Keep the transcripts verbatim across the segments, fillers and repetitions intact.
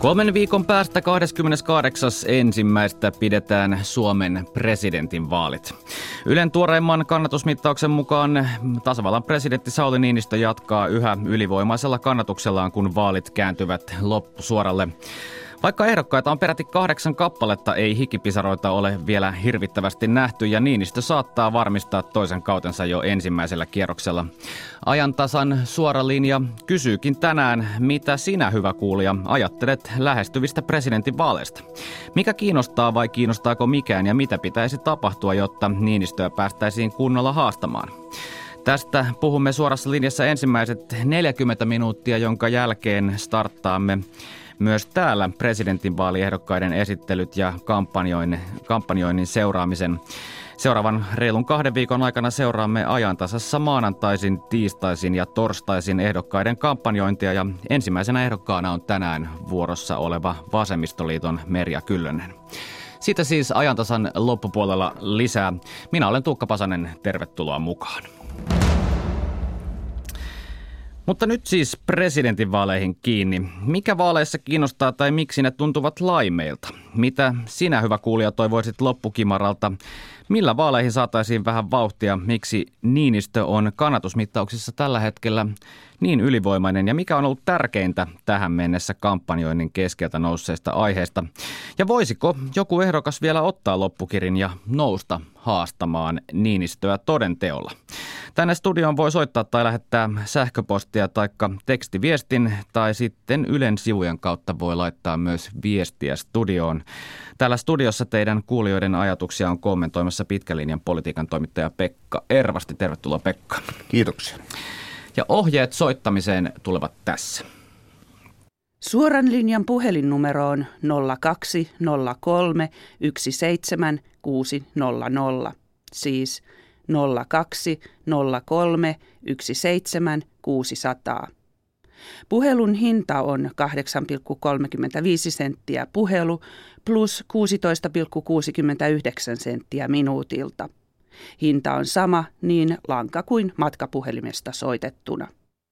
Kolmen viikon päästä kahdeskymmeneskahdeksas ensimmäistä pidetään Suomen presidentin vaalit. Ylen tuoreimman kannatusmittauksen mukaan tasavallan presidentti Sauli Niinistö jatkaa yhä ylivoimaisella kannatuksellaan, kun vaalit kääntyvät loppusuoralle. Vaikka ehdokkaita on peräti kahdeksan kappaletta, ei hikipisaroita ole vielä hirvittävästi nähty ja Niinistö saattaa varmistaa toisen kautensa jo ensimmäisellä kierroksella. Ajantasan suora linja kysyykin tänään, mitä sinä, hyvä kuulija, ajattelet lähestyvistä presidentinvaaleista. Mikä kiinnostaa vai kiinnostaako mikään ja mitä pitäisi tapahtua, jotta Niinistöä päästäisiin kunnolla haastamaan? Tästä puhumme suorassa linjassa ensimmäiset neljäkymmentä minuuttia, jonka jälkeen starttaamme myös täällä presidentinvaaliehdokkaiden esittelyt ja kampanjoinnin, kampanjoinnin seuraamisen. Seuraavan reilun kahden viikon aikana seuraamme ajantasassa maanantaisin, tiistaisin ja torstaisin ehdokkaiden kampanjointia. Ja ensimmäisenä ehdokkaana on tänään vuorossa oleva Vasemmistoliiton Merja Kyllönen. Siitä siis ajantasan loppupuolella lisää. Minä olen Tuukka Pasanen, tervetuloa mukaan. Mutta nyt siis presidentinvaaleihin kiinni. Mikä vaaleissa kiinnostaa tai miksi ne tuntuvat laimeilta? Mitä sinä, hyvä kuulija, toivoisit loppukimaralta? Millä vaaleihin saataisiin vähän vauhtia? Miksi Niinistö on kannatusmittauksissa tällä hetkellä niin ylivoimainen? Ja mikä on ollut tärkeintä tähän mennessä kampanjoinnin keskeltä nousseista aiheista? Ja voisiko joku ehdokas vielä ottaa loppukirin ja nousta haastamaan Niinistöä todenteolla? Tänne studioon voi soittaa tai lähettää sähköpostia tai tekstiviestin tai sitten Ylen sivujen kautta voi laittaa myös viestiä studioon. Täällä studiossa teidän kuulijoiden ajatuksia on kommentoimassa pitkän linjan politiikan toimittaja Pekka Ervasti. Tervetuloa, Pekka. Kiitoksia. Ja ohjeet soittamiseen tulevat tässä. Suoran linjan puhelinnumero on nolla kaksi nolla kolme yksi seitsemän kuusi nolla nolla, siis nolla kaksi nolla kolme yksi seitsemän kuusi nolla nolla. Puhelun hinta on kahdeksan pilkku kolmekymmentäviisi senttiä puhelu plus kuusitoista pilkku kuusikymmentäyhdeksän senttiä minuutilta. Hinta on sama niin lanka kuin matkapuhelimesta soitettuna.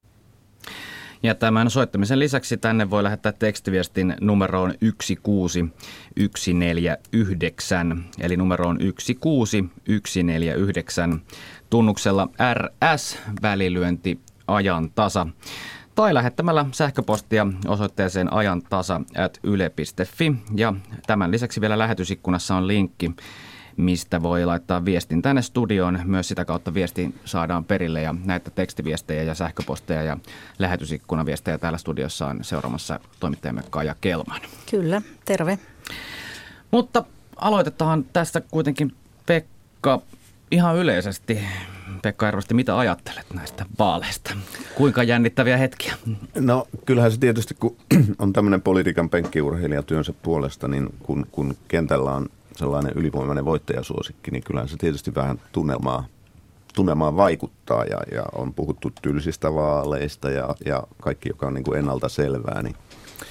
Ja tämän soittamisen lisäksi tänne voi lähettää tekstiviestin numeroon yksi kuusi yksi neljä yhdeksän, eli numeroon yksi kuusi yksi neljä yhdeksän tunnuksella R S välilyönti ajantasa. Tai lähettämällä sähköpostia osoitteeseen ajantasa at yle piste fi. Ja tämän lisäksi vielä lähetysikkunassa on linkki, mistä voi laittaa viestin tänne studioon. Myös sitä kautta viesti saadaan perille ja näitä tekstiviestejä ja sähköposteja ja lähetysikkunaviestejä täällä studiossa on seuraamassa toimittajamme Kaija Kelman. Kyllä, terve. Mutta aloitetaan tässä kuitenkin, Pekka, ihan yleisesti. Pekka Ervasti, mitä ajattelet näistä vaaleista? Kuinka jännittäviä hetkiä? No kyllähän se tietysti, kun on tämmöinen politiikan penkkiurheilija työnsä puolesta, niin kun, kun kentällä on sellainen ylivoimainen voittajasuosikki, niin kyllähän se tietysti vähän tunnelmaa, tunnelmaa vaikuttaa ja, ja on puhuttu tylsistä vaaleista ja, ja kaikki, joka on niin kuin ennalta selvää, niin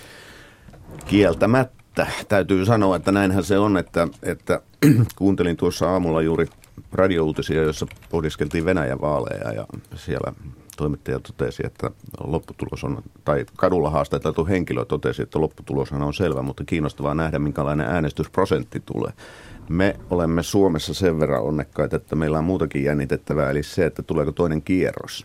kieltämättä täytyy sanoa, että näinhän se on, että, että kuuntelin tuossa aamulla juuri radiouutisia, jossa pohdiskeltiin Venäjän vaaleja ja siellä toimittaja totesi, että lopputulos on, tai kadulla haastateltu henkilö totesi, että lopputuloshan on selvä, mutta kiinnostavaa nähdä, minkälainen äänestysprosentti tulee. Me olemme Suomessa sen verran onnekkaita, että meillä on muutakin jännitettävää, eli se, että tuleeko toinen kierros.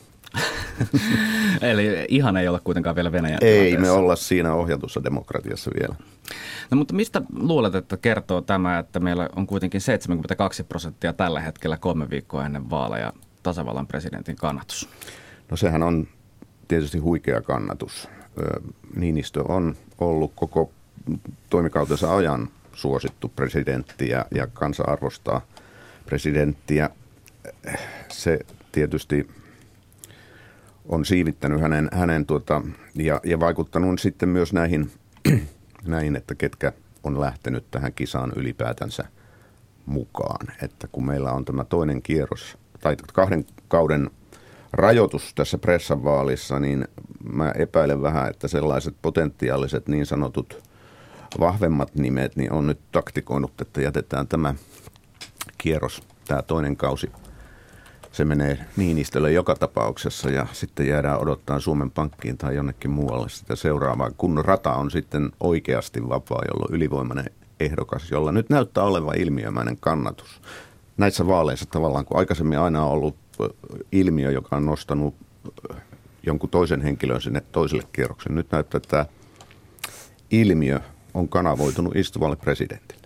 Eli ihan ei olla kuitenkaan vielä Venäjän Ei tilanteessa. me olla siinä ohjatussa demokratiassa vielä. No mutta mistä luulet, että kertoo tämä, että meillä on kuitenkin seitsemänkymmentäkaksi prosenttia tällä hetkellä kolme viikkoa ennen vaaleja tasavallan presidentin kannatus? No sehän on tietysti huikea kannatus. Niinistö on ollut koko toimikautensa ajan suosittu presidentti ja, ja kansa arvostaa presidenttiä. Se tietysti on siivittänyt hänen, hänen tuota, ja, ja vaikuttanut sitten myös näihin, näihin, että ketkä on lähtenyt tähän kisaan ylipäätänsä mukaan. Että kun meillä on tämä toinen kierros, tai kahden kauden rajoitus tässä pressavaalissa, niin mä epäilen vähän, että sellaiset potentiaaliset niin sanotut vahvemmat nimet, niin on nyt taktikoinut, että jätetään tämä kierros, tämä toinen kausi se menee Niinistölle joka tapauksessa ja sitten jäädään odottaa Suomen Pankkiin tai jonnekin muualle sitä seuraavaa, kun rata on sitten oikeasti vapaa, jolloin ylivoimainen ehdokas, jolla nyt näyttää olevan ilmiömäinen kannatus. Näissä vaaleissa tavallaan, kun aikaisemmin aina on ollut ilmiö, joka on nostanut jonkun toisen henkilön sinne toiselle kierrokselle. Nyt näyttää, että tämä ilmiö on kanavoitunut istuvalle presidentille.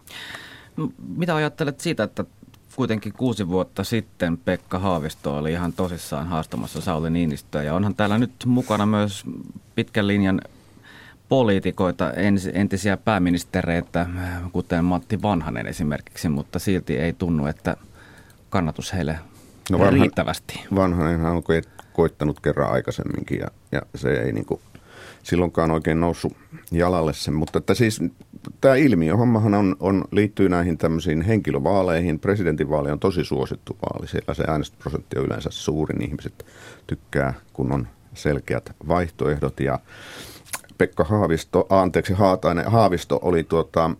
Mitä ajattelet siitä, että kuitenkin kuusi vuotta sitten Pekka Haavisto oli ihan tosissaan haastamassa Sauli Niinistöä ja onhan täällä nyt mukana myös pitkän linjan poliitikoita, entisiä pääministereitä, kuten Matti Vanhanen esimerkiksi, mutta silti ei tunnu, että kannatus heille no vanhan, riittävästi. Vanhanenhan on koittanut kerran aikaisemminkin ja, ja se ei niin kuin silloinkaan oikein noussut jalalle sen, mutta että siis tämä ilmiöhommahan on, on, liittyy näihin tämmöisiin henkilövaaleihin. Presidentinvaali on tosi suosittu vaali, siellä se äänestysprosentti on yleensä suurin, ihmiset tykkää, kun on selkeät vaihtoehdot ja Pekka Haavisto, anteeksi Haatainen, Haavisto oli tuota,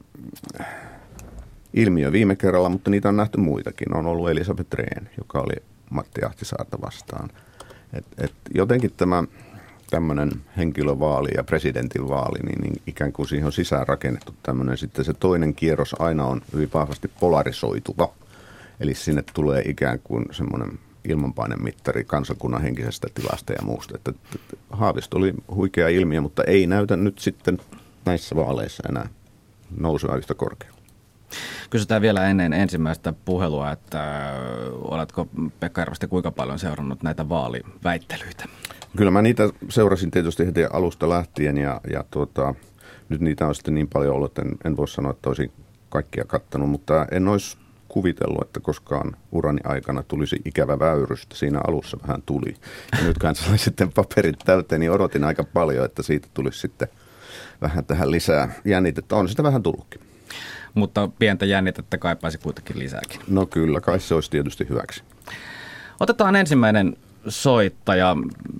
ilmiö viime kerralla, mutta niitä on nähty muitakin. On ollut Elisabeth Rehn, joka oli Matti Ahtisaarta vastaan. Et, et jotenkin tämä tämmöinen henkilövaali ja presidentinvaali, niin, niin ikään kuin siihen on sisään rakennettu tämmöinen. Sitten se toinen kierros aina on hyvin vahvasti polarisoituva. Eli sinne tulee ikään kuin semmoinen ilmanpainemittari kansakunnan henkisestä tilasta ja muusta. Että, että Haavisto oli huikea ilmiö, mutta ei näytä nyt sitten näissä vaaleissa enää nousua yhtä korkealla. Kysytään vielä ennen ensimmäistä puhelua, että oletko Pekka Järvästä kuinka paljon seurannut näitä vaaliväittelyitä? Kyllä mä niitä seurasin tietysti heti alusta lähtien ja, ja tuota, nyt niitä on sitten niin paljon ollut, että en, en voi sanoa, että olisin kaikkia kattanut, mutta en olisi kuvitellut, että koskaan urani aikana tulisi ikävä väyrystä. Siinä alussa vähän tuli. Ja nyt kun sain sitten paperit täyteen, niin odotin aika paljon, että siitä tulisi sitten vähän tähän lisää jännitettä. On sitä vähän tullutkin. Mutta pientä jännitettä kaipaisi kuitenkin lisääkin. No kyllä, kai se olisi tietysti hyväksi. Otetaan ensimmäinen soittaja.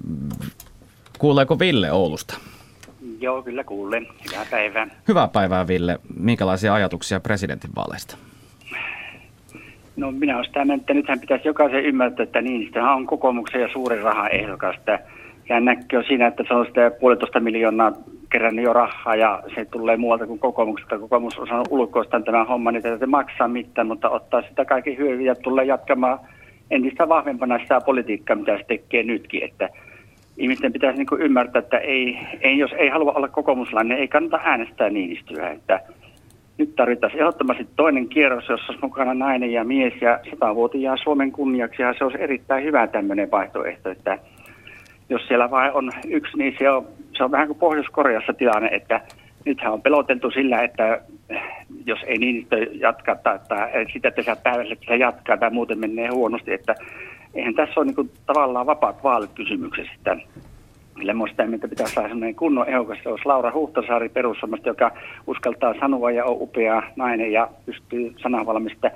Kuuleeko Ville Oulusta? Joo, kyllä kuulen. Hyvää päivää. Hyvää päivää, Ville. Minkälaisia ajatuksia presidentinvaaleista? No minä olen sitä mieltä, että nythän pitäisi jokaisen ymmärtää, että Niinistöhän on kokoomuksen ja suurin rahaehdokas. Ja näkyy on siinä, että se on sitä puolitoista miljoonaa kerännyt jo rahaa ja se tulee muualta kuin kokoomuksesta. Kokoomus on saanut ulkoistaan tämän homman, niin tätä maksaa mitään, mutta ottaa sitä kaikki hyödyä ja tulee jatkamaan entistä vahvempana sitä politiikkaa, mitä se tekee nytkin. Että ihmisten pitäisi niin kuin ymmärtää, että ei, ei, jos ei halua olla kokoomuslainen, ei kannata äänestää Niinistöä. Että nyt tarvitaan ehdottomasti toinen kierros, jossa olisi mukana nainen ja mies ja satavuotiaan Suomen kunniaksi. Ja se olisi erittäin hyvä tämmöinen vaihtoehto, että jos siellä vain on yksi, niin se on, se on vähän kuin Pohjois-Koreassa tilanne, että nythän on peloteltu sillä, että jos ei Niinistö jatkaa tai, tai sitä tehdä päivällä, että se jatkaa tai muuten menee huonosti, että eihän tässä ole niin kuin tavallaan vapaat vaalit kysymyksessä. Kyllä minusta sitä, mitä pitää saada sellainen kunnon ehokas, se olisi Laura Huhtasaari perussuomasta, joka uskaltaa sanoa ja on upea nainen ja pystyy sananvalmista.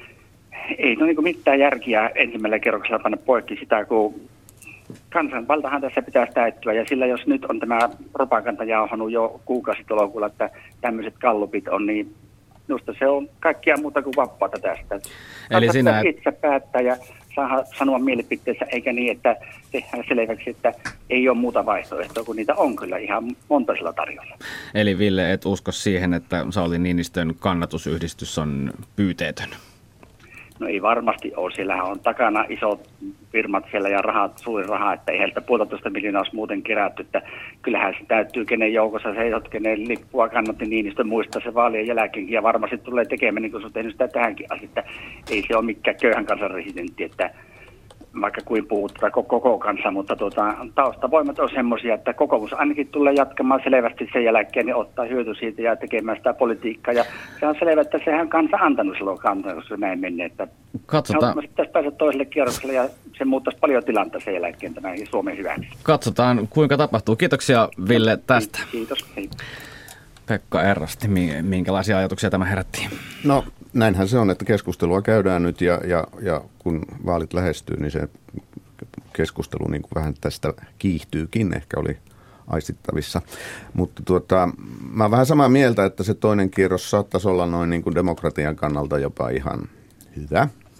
Ei ole niin mitään järkiä ensimmäisellä kerroksella panna poikki sitä, kun kansanvaltahan tässä pitäisi täyttyä. Ja sillä jos nyt on tämä propaganda jauhanut jo kuukausitolokulla, että tämmöiset gallupit on, niin minusta se on kaikkia muuta kuin vapaata tästä. Eli sinä itse päättää ja saa sanoa mielipiteensä, eikä niin, että tehdään selväksi, että ei ole muuta vaihtoehtoa, kun niitä on kyllä ihan monta sillä tarjolla. Eli Ville, et usko siihen, että Sauli Niinistön kannatusyhdistys on pyyteetön? No ei varmasti ole. Siellähän on takana isot firmat siellä ja rahat, suuri raha, että ei heiltä puolitoista miljoonaa olisi muuten kerätty. Että kyllähän se täytyy, kenen joukossa se, kenen lippua kannatti Niinistö muistaa se vaalien jälkeenkin. Ja varmasti tulee tekemään, niin kuin se on tehnyt sitä tähänkin asti, että ei se ole mikään köyhän kansan residentti, että vaikka kuin puhutaan koko, koko kanssa, mutta tuota, taustavoimat on semmoisia, että kokoomus ainakin tulee jatkamaan selvästi sen jälkeen, niin ottaa hyöty siitä ja tekemään sitä politiikkaa. Ja se on selvä, että sehän kansa antanut silloin kantaa, jos se näin menee. Että katsotaan. Pitäisi päästä toiselle kierrokselle ja se muuttaisi paljon tilannetta sen jälkeen tämän Suomen hyväksi. Katsotaan, kuinka tapahtuu. Kiitoksia, Ville, tästä. Kiitos. Hei. Pekka Errasti, minkälaisia ajatuksia tämä herätti? No näinhän se on, että keskustelua käydään nyt ja, ja, ja kun vaalit lähestyy, niin se keskustelu niin kuin vähän tästä kiihtyykin, ehkä oli aistittavissa. Mutta tuota, mä oon vähän samaa mieltä, että se toinen kierros saattaisi olla noin niin kuin demokratian kannalta jopa ihan hyvä.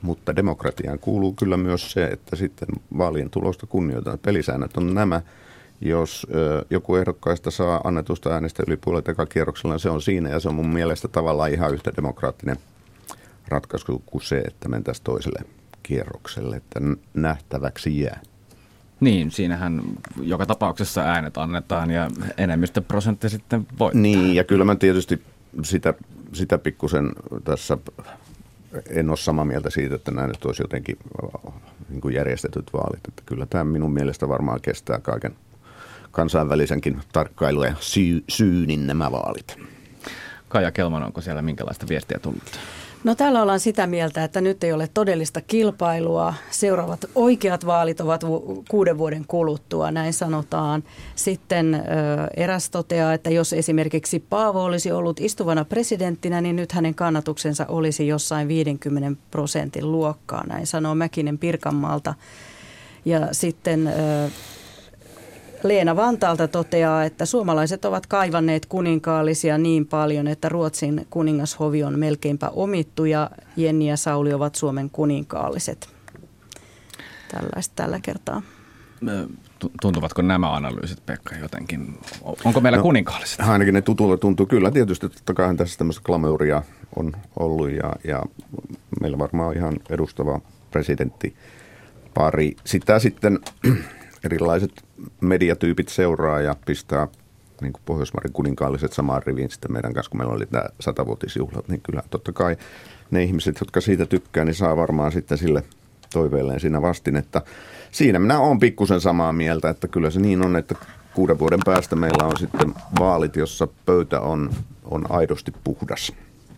mutta demokratiaan kuuluu kyllä myös se, että sitten vaalien tulosta kunnioitetaan. Pelisäännöt on nämä. Jos ö, joku ehdokkaista saa annetusta äänestä yli puolet eka kierroksella, se on siinä ja se on mun mielestä tavallaan ihan yhtä demokraattinen ratkaisu kuin se, että mentäisiin toiselle kierrokselle, että nähtäväksi jää. Niin, siinähän joka tapauksessa äänet annetaan ja enemmistöprosentti sitten voittaa. Niin, ja kyllä mä tietysti sitä, sitä pikkusen tässä en ole samaa mieltä siitä, että nämä nyt olisi jotenkin niin kuin järjestetyt vaalit. Että kyllä tämä minun mielestä varmaan kestää kaiken kansainvälisenkin tarkkailu ja syy, syynin nämä vaalit. Kaija Kelman, onko siellä minkälaista viestiä tullut? No täällä ollaan sitä mieltä, että nyt ei ole todellista kilpailua. Seuraavat oikeat vaalit ovat vu- kuuden vuoden kuluttua, näin sanotaan. Sitten ö, eräs toteaa, että jos esimerkiksi Paavo olisi ollut istuvana presidenttinä, niin nyt hänen kannatuksensa olisi jossain viidenkymmenen prosentin luokkaa, näin sanoo Mäkinen Pirkanmaalta. Ja sitten ö, Leena Vantaalta toteaa, että suomalaiset ovat kaivanneet kuninkaallisia niin paljon, että Ruotsin kuningashovi on melkeinpä omittu ja Jenni ja Sauli ovat Suomen kuninkaalliset. Tällaista tällä kertaa. Tuntuvatko nämä analyysit, Pekka, jotenkin? Onko meillä no, kuninkaalliset? Ainakin ne tutulle tuntuu kyllä. Tietysti totta kai tässä tämmöistä glamouria on ollut ja, ja meillä varmaan on ihan edustava presidenttipari. Sitä sitten erilaiset mediatyypit seuraa ja pistää niin kuin Pohjoismaiden kuninkaalliset samaan riviin sitten meidän kanssa, kun meillä oli nämä satavuotisjuhlat, niin kyllä totta kai ne ihmiset, jotka siitä tykkää, niin saa varmaan sitten sille toiveelleen siinä vastinetta. Siinä minä olen pikkusen samaa mieltä, että kyllä se niin on, että kuuden vuoden päästä meillä on sitten vaalit, jossa pöytä on, on aidosti puhdas.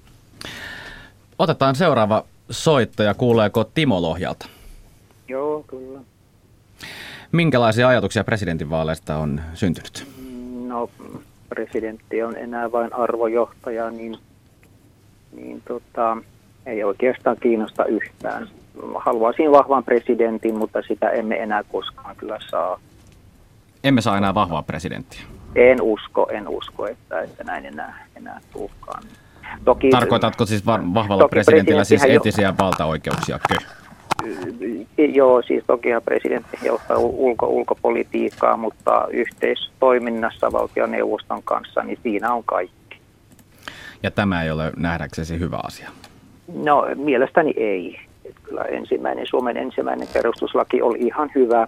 Otetaan seuraava soitto ja kuuleeko Timo Lohjalta? Joo, kyllä. Minkälaisia ajatuksia presidentinvaaleista on syntynyt? No, presidentti on enää vain arvojohtaja, niin, niin tota, ei oikeastaan kiinnosta yhtään. Haluaisin vahvan presidentin, mutta sitä emme enää koskaan kyllä saa. Emme saa enää vahvaa presidenttiä? En usko, en usko, että, että näin enää, enää tulekaan. Toki, Tarkoitatko siis vahvalla presidentillä siis etisiä jo valtaoikeuksia? Kö? Joo, siis tokihan presidentti johtaa ulko, ulkopolitiikkaa, mutta yhteistoiminnassa valtioneuvoston kanssa, niin siinä on kaikki. Ja tämä ei ole nähdäksesi hyvä asia? No, mielestäni ei. Että kyllä ensimmäinen, Suomen ensimmäinen perustuslaki oli ihan hyvä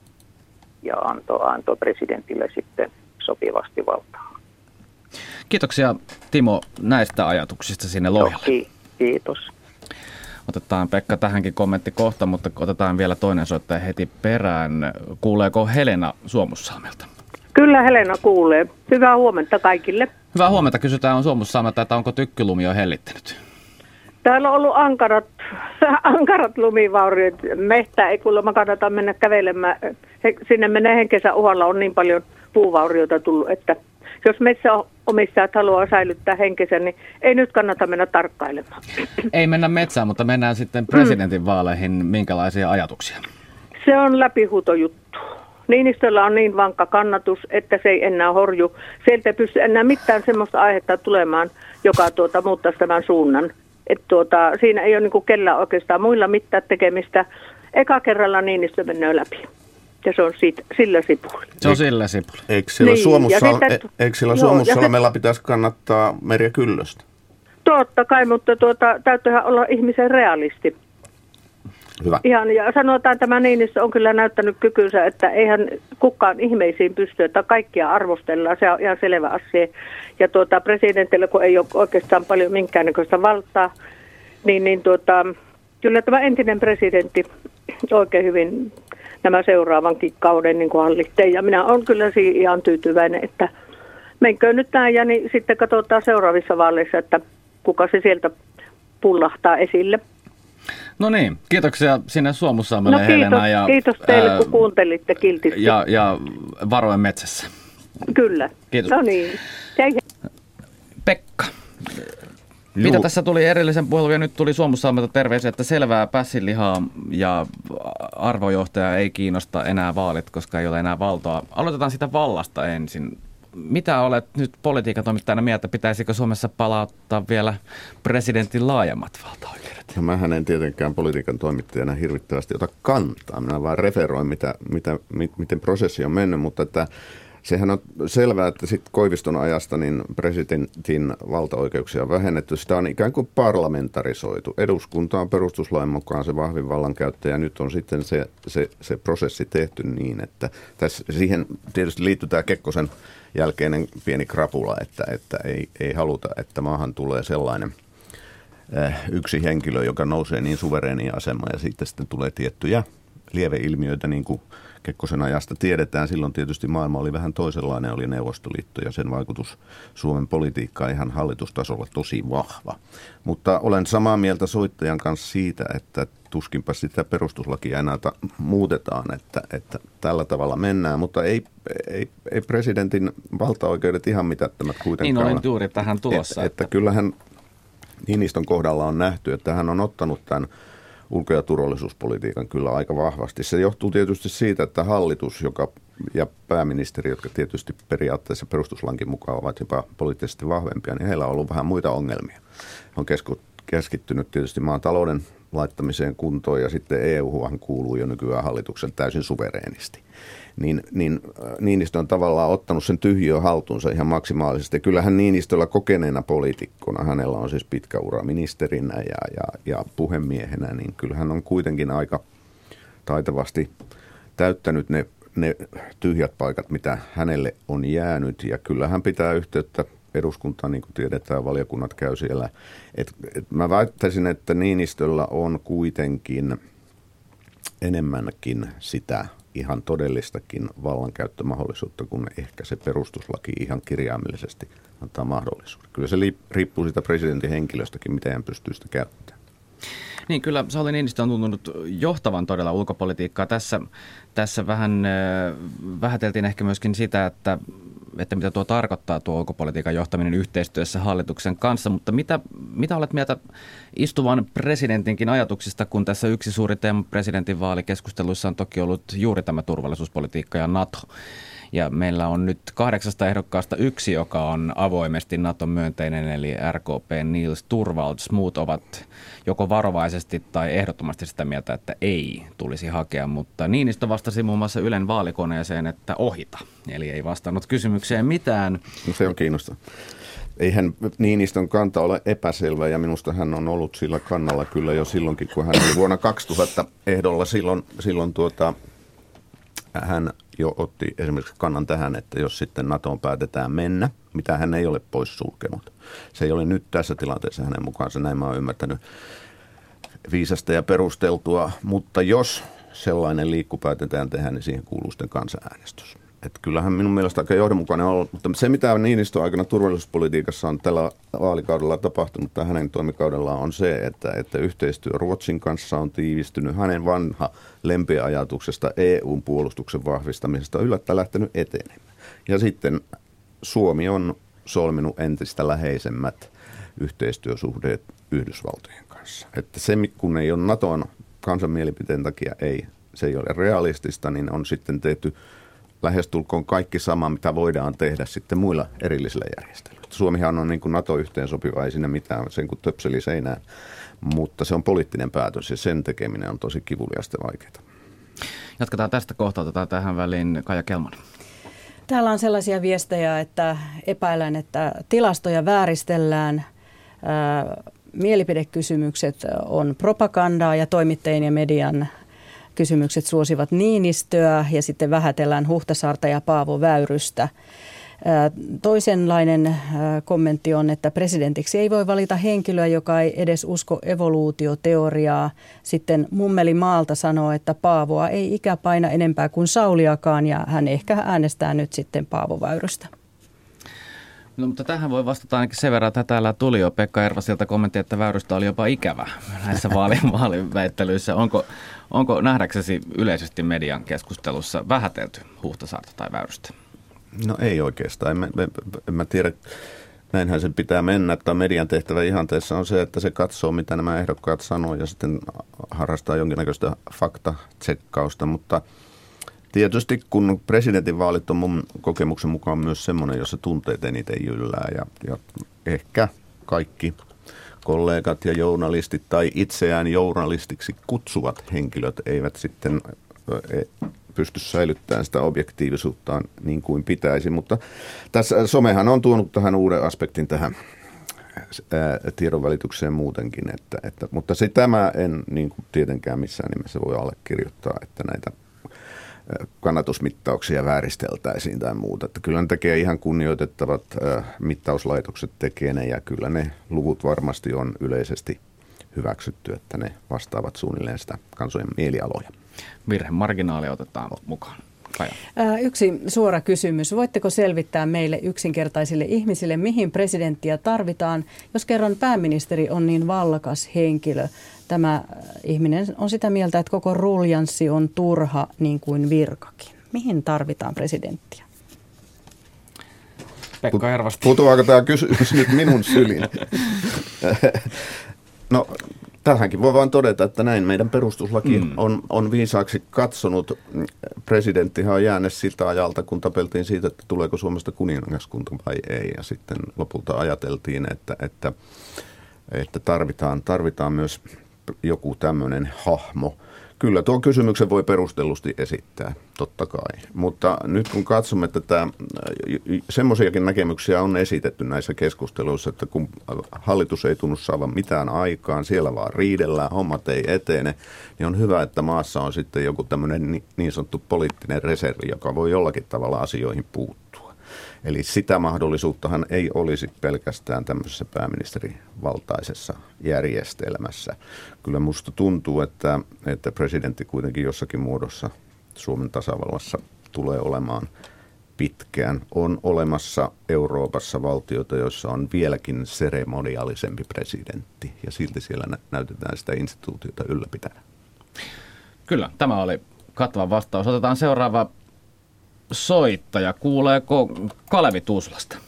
ja antoi, antoi presidentille sitten sopivasti valtaa. Kiitoksia Timo näistä ajatuksista sinne Lohjalle. No, kiitos. Otetaan Pekka tähänkin kommentti kohta, mutta otetaan vielä toinen soittaja heti perään. Kuuleeko Helena Suomussalmelta? Kyllä Helena kuulee. Hyvää huomenta kaikille. Hyvää huomenta. Kysytään on Suomussalmelta, että onko tykkylumi jo hellittänyt? Täällä on ollut ankarat, ankarat lumivauriot. Mehtää ei kuulemma kannata mennä kävelemään. He, sinne menee henkensä uhalla, on niin paljon puuvaurioita tullut, että jos metsäomistajat haluaa säilyttää henkensä, niin ei nyt kannata mennä tarkkailemaan. Ei mennä metsään, mutta mennään sitten presidentinvaaleihin. Minkälaisia ajatuksia? Se on läpihuutojuttu. Niinistöllä on niin vankka kannatus, että se ei enää horju. Sieltä ei pysty enää mitään semmoista aihetta tulemaan, joka tuota, muuttaisi tämän suunnan. Et tuota, siinä ei ole niinku kellään oikeastaan muilla mitään tekemistä. Eka kerralla Niinistö menee läpi. Ja se on siitä, sillä sipulla. Se on sillä sipulla. Eikö siellä niin, Suomussalmella Suomussalmella pitäisi kannattaa Merja Kyllöstä? Totta kai, mutta tuota, täytyyhän olla ihmisen realisti. Hyvä. Ihan, ja sanotaan, että tämä Niinistö on kyllä näyttänyt kykynsä, että eihän kukaan ihmeisiin pysty, että kaikkia arvostellaan. Se on ihan selvä asia. Ja tuota, presidentillä, kun ei ole oikeastaan paljon minkäännäköistä valtaa, niin, niin tuota, kyllä tämä entinen presidentti oikein hyvin nämä seuraavankin kauden niin hallitsee. Ja minä olen kyllä siihen ihan tyytyväinen, että menköön nyt näin ja niin sitten katsotaan seuraavissa vaaleissa, että kuka se sieltä pullahtaa esille. No niin, kiitoksia sinne Suomussalmelle, no, kiitos, Helena. Ja, kiitos teille, ää, kun kuuntelitte kiltisti. Ja, ja varoen metsässä. Kyllä. Kiitos. No niin. Hei. Pekka, Juu. Mitä tässä tuli erillisen puhelun ja nyt tuli Suomussalmelta terveisiä, että selvää pässinlihaa ja arvojohtaja ei kiinnosta enää vaalit, koska ei ole enää valtaa. Aloitetaan sitä vallasta ensin. mitä olet nyt politiikan toimittajana mieltä? Pitäisikö Suomessa palauttaa vielä presidentin laajemmat valtaoikeudet? No, mähän en tietenkään politiikan toimittajana hirvittävästi ota kantaa. Minä vaan referoin, mitä, mitä, miten prosessi on mennyt, mutta että sehän on selvää, että sitten Koiviston ajasta niin presidentin valtaoikeuksia on vähennetty. Sitä on ikään kuin parlamentarisoitu. Eduskunta on perustuslain mukaan se vahvin vallankäyttäjä. Nyt on sitten se, se, se prosessi tehty niin, että tässä, siihen tietysti liittyy tämä Kekkosen jälkeinen pieni krapula, että, että ei, ei haluta, että maahan tulee sellainen äh, yksi henkilö, joka nousee niin suvereeniin asemaan ja siitä sitten tulee tiettyjä lieveilmiöitä, niin kuin Kekkosen ajasta tiedetään. Silloin tietysti maailma oli vähän toisenlainen, oli Neuvostoliitto ja sen vaikutus Suomen politiikkaan ihan hallitustasolla tosi vahva. Mutta olen samaa mieltä soittajan kanssa siitä, että tuskinpa sitä perustuslakia enää ta- muutetaan, että, että tällä tavalla mennään, mutta ei, ei, ei presidentin valtaoikeudet ihan mitättömät kuitenkaan. Niin olen juuri tähän tulossa. Että, että kyllähän Niinistön kohdalla on nähty, että hän on ottanut tämän ulko- ja turvallisuuspolitiikan kyllä aika vahvasti. Se johtuu tietysti siitä, että hallitus joka, ja pääministeri, jotka tietysti periaatteessa perustuslainkin mukaan ovat jopa poliittisesti vahvempia, niin heillä on ollut vähän muita ongelmia. He on kesku, keskittynyt tietysti maan talouden laittamiseen kuntoon ja sitten E U-han kuuluu jo nykyään hallituksen täysin suvereenisti. Niin, niin Niinistö on tavallaan ottanut sen tyhjiön haltuunsa ihan maksimaalisesti. Kyllähän Niinistöllä kokeneena poliitikkona, hänellä on siis pitkä ura ministerinä ja, ja, ja puhemiehenä, niin kyllähän on kuitenkin aika taitavasti täyttänyt ne, ne tyhjät paikat, mitä hänelle on jäänyt. Ja kyllähän pitää yhteyttä eduskuntaan, niin kuin tiedetään, valiokunnat käy siellä. Et, et mä väittäisin, että Niinistöllä on kuitenkin enemmänkin sitä ihan todellistakin vallankäyttömahdollisuutta, kun ehkä se perustuslaki ihan kirjaimellisesti antaa mahdollisuuden. Kyllä se riippuu siitä presidentin henkilöstäkin, miten hän pystyy sitä käyttämään. Niin, kyllä Sauli Niinistö on tuntunut johtavan todella ulkopolitiikkaa. Tässä, tässä vähän äh, vähäteltiin ehkä myöskin sitä, että, että mitä tuo tarkoittaa tuo ulkopolitiikan johtaminen yhteistyössä hallituksen kanssa, mutta mitä, mitä olet mieltä istuvan presidentinkin ajatuksista, kun tässä yksi suuri teema presidentin vaalikeskusteluissa on toki ollut juuri tämä turvallisuuspolitiikka ja NATO. Ja meillä on nyt kahdeksasta ehdokkaasta yksi, joka on avoimesti NATO-myönteinen, eli R K P Niels Torvalds. Muut ovat joko varovaisesti tai ehdottomasti sitä mieltä, että ei tulisi hakea. Mutta Niinistö vastasi muun muassa Ylen vaalikoneeseen, että ohita. Eli ei vastannut kysymykseen mitään. No, se on kiinnostavaa. Eihän Niinistön kanta ole epäselvä ja minusta hän on ollut sillä kannalla kyllä jo silloinkin, kun hän oli vuonna kaksituhatta ehdolla. Silloin, silloin tuota, hän jo otti esimerkiksi kannan tähän, että jos sitten NATOon päätetään mennä, mitä hän ei ole pois sulkenut. Se ei ole nyt tässä tilanteessa hänen mukaansa, näin mä oon ymmärtänyt, viisasta ja perusteltua, mutta jos sellainen liikku päätetään tehdä, niin siihen kuuluu sitten kansanäänestys. Että kyllähän minun mielestä aika johdonmukainen on ollut, mutta se mitä Niinistön aikana turvallisuuspolitiikassa on tällä vaalikaudella tapahtunut tai hänen toimikaudellaan on se, että, että yhteistyö Ruotsin kanssa on tiivistynyt. Hänen vanha lempiajatuksesta E U-puolustuksen vahvistamisesta on yllättäen lähtenyt etenemään. Ja sitten Suomi on solminut entistä läheisemmät yhteistyösuhteet Yhdysvaltojen kanssa. Että se, kun ei ole NATOn kansanmielipiteen takia, ei, se ei ole realistista, niin on sitten tehty lähestulkoon kaikki sama, mitä voidaan tehdä sitten muilla erillisillä järjestelyillä. Suomihan on niin kuin NATO-yhteen sopiva, ei siinä mitään, sen kuin töpseli seinään, mutta se on poliittinen päätös ja sen tekeminen on tosi kivuliasta ja vaikeaa. Jatketaan tästä kohtaa, otetaan tähän väliin Kaija Kelmonen. Täällä on sellaisia viestejä, että epäilen, että tilastoja vääristellään, ää, mielipidekysymykset on propagandaa ja toimittajien ja median kysymykset suosivat Niinistöä ja sitten vähätellään Huhtasaarta ja Paavo Väyrystä. Toisenlainen kommentti on, että presidentiksi ei voi valita henkilöä, joka ei edes usko evoluutioteoriaa. Sitten Mummeli Maalta sanoo, että Paavoa ei ikä paina enempää kuin Sauliakaan ja hän ehkä äänestää nyt sitten Paavo Väyrystä. No, mutta tähän voi vastata ainakin sen verran, että täällä tuli jo Pekka Ervasilta kommentti, että Väyrystä oli jopa ikävä näissä vaali- vaaliväittelyissä. Onko, onko nähdäksesi yleisesti median keskustelussa vähätelty Huhtasaarta tai Väyrystä? No ei oikeastaan. En, en, en mä tiedä, näinhän sen pitää mennä. Että median tehtävä ihanteessa on se, että se katsoo, mitä nämä ehdokkaat sanoo ja sitten harrastaa jonkinnäköistä faktatsekkausta, mutta Tietysti kun presidentinvaalit on mun kokemuksen mukaan myös semmoinen, jossa tunteet eniten jyllää ja, ja ehkä kaikki kollegat ja journalistit tai itseään journalistiksi kutsuvat henkilöt eivät sitten pysty säilyttämään sitä objektiivisuuttaan niin kuin pitäisi. Mutta tässä somehan on tuonut tähän uuden aspektin tähän tiedonvälitykseen muutenkin, että, että, mutta se tämä en niin kuin tietenkään missään nimessä voi allekirjoittaa, että näitä kannatusmittauksia vääristeltäisiin tai muuta. Että kyllä ne tekee ihan kunnioitettavat mittauslaitokset tekee ne ja kyllä ne luvut varmasti on yleisesti hyväksytty, että ne vastaavat suunnilleen sitä kansojen mielialoja. Virhemarginaalia otetaan mukaan. Kaja. Yksi suora kysymys. Voitteko selvittää meille yksinkertaisille ihmisille, mihin presidenttiä tarvitaan, jos kerran pääministeri on niin vallakas henkilö? Tämä ihminen on sitä mieltä, että koko ruljanssi on turha niin kuin virkakin. Mihin tarvitaan presidenttiä? Pekka Hervasti. Putoaako tämä kysymys nyt minun syliin? No, tähänkin voi vain todeta, että näin meidän perustuslaki mm. on, on viisaaksi katsonut. Presidenttihan on jäänyt siltä ajalta, kun tapeltiin siitä, että tuleeko Suomesta kuningaskunta vai ei. Ja sitten lopulta ajateltiin, että, että, että tarvitaan, tarvitaan myös joku tämmöinen hahmo. Kyllä tuon kysymyksen voi perustellusti esittää, totta kai. Mutta nyt kun katsomme tätä, semmoisiakin näkemyksiä on esitetty näissä keskusteluissa, että kun hallitus ei tunnu saavan mitään aikaan, siellä vaan riidellään, hommat ei etene, niin on hyvä, että maassa on sitten joku tämmöinen niin sanottu poliittinen reservi, joka voi jollakin tavalla asioihin puuttua. Eli sitä mahdollisuuttahan ei olisi pelkästään tämmöisessä pääministerivaltaisessa järjestelmässä. Kyllä musta tuntuu, että, että presidentti kuitenkin jossakin muodossa Suomen tasavallassa tulee olemaan pitkään. On olemassa Euroopassa valtioita, joissa on vieläkin seremoniaalisempi presidentti, ja silti siellä nä- näytetään sitä instituutiota ylläpitävän. Kyllä, tämä oli kattava vastaus. Otetaan seuraava soittaja. Kuuleeko Kalevi Tuusulasta?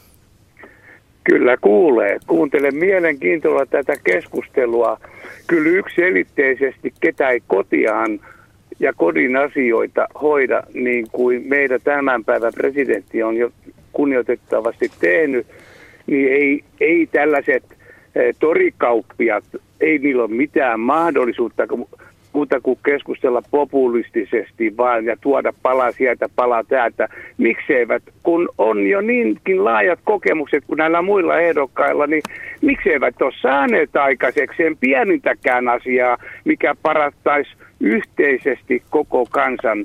Kyllä kuulee. Kuuntelen mielenkiintoilla tätä keskustelua. Kyllä yksiselitteisesti ketä ei kotiaan ja kodin asioita hoida niin kuin meidän tämän päivän presidentti on jo kunnioitettavasti tehnyt, niin ei, ei tällaiset eh, torikauppiat, ei niillä ole mitään mahdollisuutta muuta kuin keskustella populistisesti vaan ja tuoda pala sieltä, pala täältä. Mikseivät, kun on jo niinkin laajat kokemukset kuin näillä muilla ehdokkailla, niin mikseivät ole saaneet aikaisekseen pienintäkään asiaa, mikä parantaisi yhteisesti koko kansan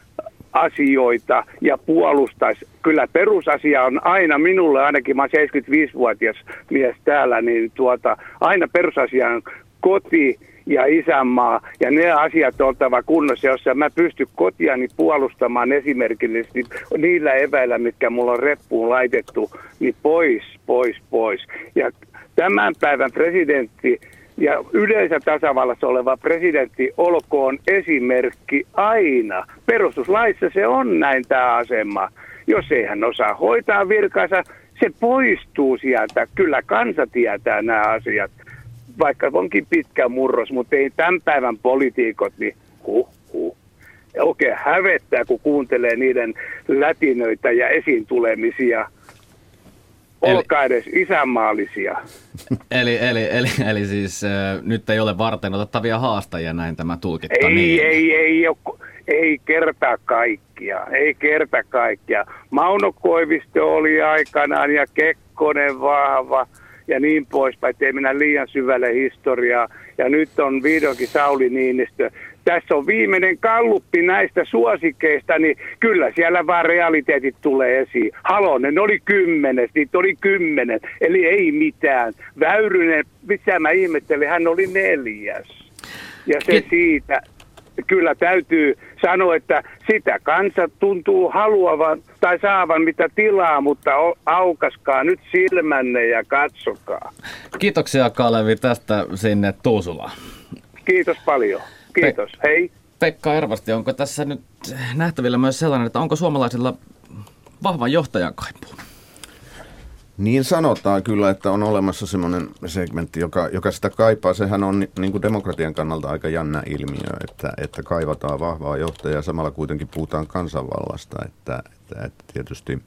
asioita ja puolustaisi. Kyllä perusasia on aina minulle, ainakin mä oon seitsemänkymmentäviisivuotias mies täällä, niin tuota, aina perusasia on koti ja isänmaa, ja ne asiat on oltava kunnossa, jossa mä pystyn kotiani puolustamaan esimerkillisesti niillä eväillä, mitkä mulla on reppuun laitettu, niin pois, pois, pois. Ja tämän päivän presidentti ja yleensä tasavallassa oleva presidentti olkoon esimerkki aina. Perustuslaissa se on näin tämä asema. Jos ei hän osaa hoitaa virkansa, se poistuu sieltä. Kyllä kansa tietää nämä asiat. Vaikka onkin pitkä murros, mutta ei tämän päivän poliitikot, niin huh, huh. Oikein hävettää, kun kuuntelee niiden lätinöitä ja esiin tulemisia. Olkaa edes isänmaallisia. Eli, eli, eli, eli siis äh, nyt ei ole varten otettavia haastajia, näin tämä tulkittaa. Ei, niin. ei, ei, ei, ei kerta kaikkia, ei kerta kaikkia. Mauno Koivisto oli aikanaan ja Kekkonen vahva ja niin poispäin, ettei mennä liian syvälle historiaa. Ja nyt on vihdoinkin Sauli Niinistö. Tässä on viimeinen galluppi näistä suosikeista, niin kyllä siellä vaan realiteetit tulee esiin. Halonen oli kymmenes, niitä oli kymmenen, eli ei mitään. Väyrynen, mitä mä ihmettelin, hän oli neljäs. Ja se siitä, kyllä täytyy sanoa, että sitä kansa tuntuu haluavan tai saavan mitä tilaa, mutta aukaskaa nyt silmänne ja katsokaa. Kiitoksia Kalevi tästä sinne Tuusulaan. Kiitos paljon. Kiitos. Pe- Hei. Pekka Ervasti, onko tässä nyt nähtävillä myös sellainen, että onko suomalaisilla vahvan johtajan kaipuu? Niin sanotaan kyllä, että on olemassa semmoinen segmentti, joka, joka sitä kaipaa. Sehän on niin kuin demokratian kannalta aika jännä ilmiö, että, että kaivataan vahvaa johtajaa ja samalla kuitenkin puhutaan kansanvallasta. Että, että, että tietysti,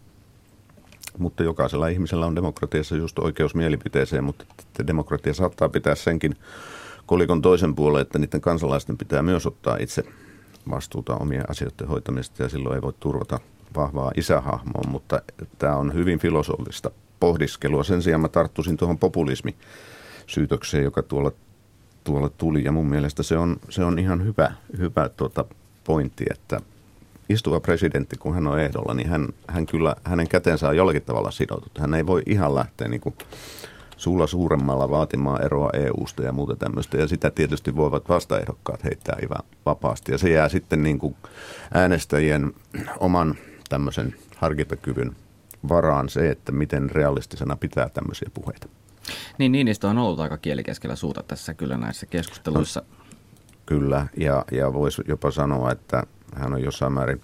mutta jokaisella ihmisellä on demokratiassa just oikeus mielipiteeseen, mutta demokratia saattaa pitää senkin kolikon toisen puolen, että niiden kansalaisten pitää myös ottaa itse vastuuta omien asioiden hoitamista ja silloin ei voi turvata vahvaa isähahmoa, mutta tämä on hyvin filosofista pohdiskelua. Sen sijaan mä tarttuisin tuohon populismisyytökseen, joka tuolla, tuolla tuli ja mun mielestä se on, se on ihan hyvä, hyvä tuota pointti, että istuva presidentti, kun hän on ehdolla, niin hän, hän kyllä, hänen kätensä on jollakin tavalla sidotut. Hän ei voi ihan lähteä niin kuin sulla suuremmalla vaatimaan eroa E U:sta ja muuta tämmöistä. Ja sitä tietysti voivat vastaehdokkaat heittää ihan vapaasti. Ja se jää sitten niin kuin äänestäjien oman tämmöisen harkintakyvyn varaan se, että miten realistisena pitää tämmöisiä puheita. Niin, Niinistö on ollut aika kielikeskellä suuta tässä kyllä näissä keskusteluissa. No, kyllä, ja, ja voisi jopa sanoa, että hän on jossain määrin.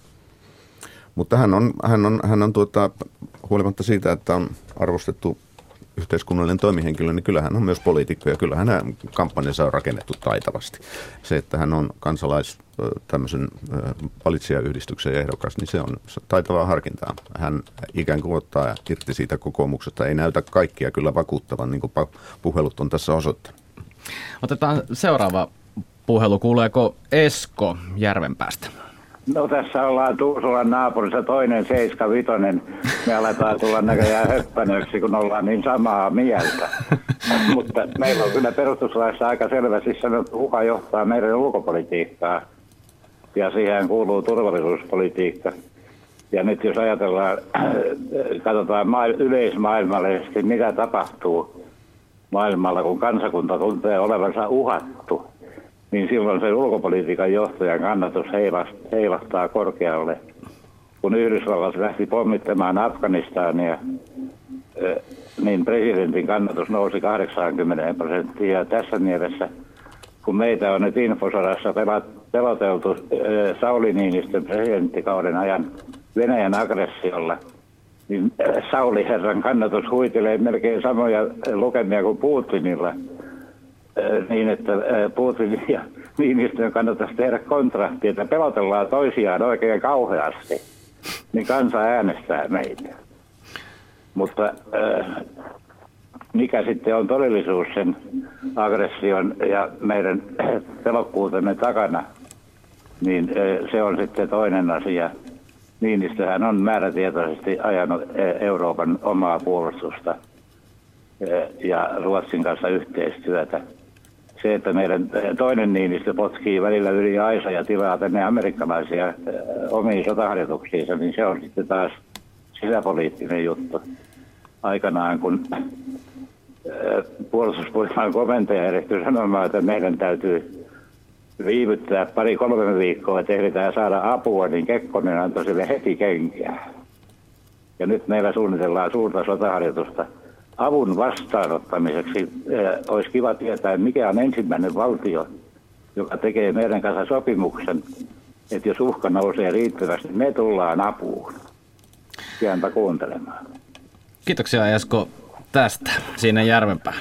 Mutta hän on, hän on, hän on tuota, huolimatta siitä, että on arvostettu yhteiskunnallinen toimihenkilö, niin kyllähän on myös poliitikko ja kyllähän hänen kampanjansa on rakennettu taitavasti. Se, että hän on kansalais tämmöisen valitsijayhdistyksen ehdokas, niin se on taitavaa harkintaa. Hän ikään kuin ottaa irti siitä kokoomuksesta. Ei näytä kaikkia kyllä vakuuttavan, niin kuin puhelut on tässä osoittanut. Otetaan seuraava puhelu. Kuuleeko Esko Järvenpäästä? No tässä ollaan Tuusulan naapurissa toinen seiska vitonen. Me aletaan tulla näköjään höppänöksi, kun ollaan niin samaa mieltä. Mutta meillä on kyllä perustuslaissa aika selvästi sanottu, kuka johtaa meidän ulkopolitiikkaa. Ja siihen kuuluu turvallisuuspolitiikka. Ja nyt jos ajatellaan, katsotaan yleismaailmallisesti, mitä tapahtuu maailmalla, kun kansakunta tuntee olevansa uhattu, niin silloin se ulkopolitiikan johtajan kannatus heilahtaa korkealle. Kun Yhdysvallat lähti pommittamaan Afganistania, niin presidentin kannatus nousi kahdeksankymmentä prosenttia. Ja tässä mielessä, kun meitä on nyt infosodassa peloteltu Sauli Niinistön presidenttikauden ajan Venäjän aggressiolla, niin Sauli herran kannatus huitelee melkein samoja lukemia kuin Putinilla. Niin, että Putin ja Niinistön kannattaisi tehdä kontrahti, että pelotellaan toisiaan oikein kauheasti, niin kansa äänestää meitä. Mutta mikä sitten on todellisuus sen aggression ja meidän pelokkuutemme takana, niin se on sitten toinen asia. Niinistöhän on määrätietoisesti ajanut Euroopan omaa puolustusta ja Ruotsin kanssa yhteistyötä. Se, että meidän toinen Niinistö potkii välillä yli aisa ja tilaa tänne amerikkalaisia omiin sotaharjoituksiinsa, niin se on sitten taas sisäpoliittinen juttu. Aikanaan, kun puolustusvoiman komentaja erehtyi sanomaan, että meidän täytyy viivyttää pari-kolme viikkoa, että ehditään saada apua, niin Kekkonen antoi sille heti kenkää. Ja nyt meillä suunnitellaan suurta sotaharjoitusta avun vastaanottamiseksi. Eh, olisi kiva tietää, mikä on ensimmäinen valtio, joka tekee meidän kanssa sopimuksen, että jos uhka nousee riittävästi, me tullaan apuun. Jäämpä kuuntelemaan. Kiitoksia Esko tästä siinä Järvenpään.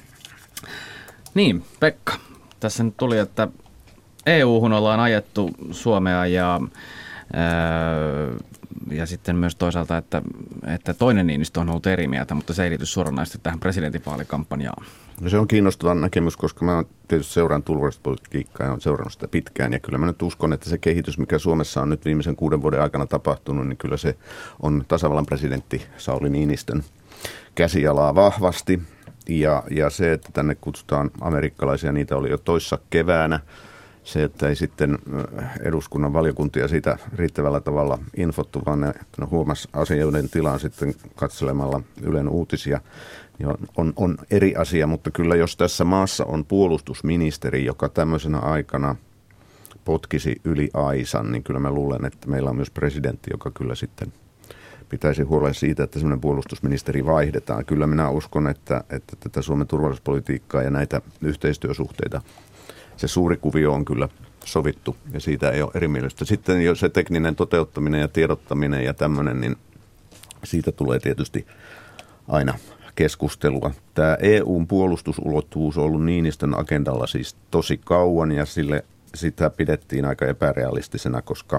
Niin, Pekka, tässä nyt tuli, että E U:hun ollaan ajettu Suomea ja, ää, ja sitten myös toisaalta, että, että toinen Niinistö on ollut eri mieltä, mutta se ei liity suoranaisesti tähän presidentinvaalikampanjaan. No se on kiinnostava näkemys, koska mä tietysti seuraan turvallisuuspolitiikkaa ja olen seurannut sitä pitkään. Ja kyllä mä nyt uskon, että se kehitys, mikä Suomessa on nyt viimeisen kuuden vuoden aikana tapahtunut, niin kyllä se on tasavallan presidentti Sauli Niinistön käsialaa vahvasti. Ja, ja se, että tänne kutsutaan amerikkalaisia, niitä oli jo toissa keväänä. Se, että ei sitten eduskunnan valiokuntia siitä riittävällä tavalla infottu, vaan ne no, huomasi asioiden tilaan sitten katselemalla Ylen uutisia. Ja on, on eri asia, mutta kyllä jos tässä maassa on puolustusministeri, joka tämmöisenä aikana potkisi yli aisan, niin kyllä mä luulen, että meillä on myös presidentti, joka kyllä sitten pitäisi huolen siitä, että semmoinen puolustusministeri vaihdetaan. Kyllä minä uskon, että, että tätä Suomen turvallisuuspolitiikkaa ja näitä yhteistyösuhteita, se suuri kuvio on kyllä sovittu ja siitä ei ole erimielistä. Sitten jo se tekninen toteuttaminen ja tiedottaminen ja tämmöinen, niin siitä tulee tietysti aina keskustelua. Tämä E U:n puolustusulottuvuus on ollut Niinistön agendalla siis tosi kauan ja sille, sitä pidettiin aika epärealistisena, koska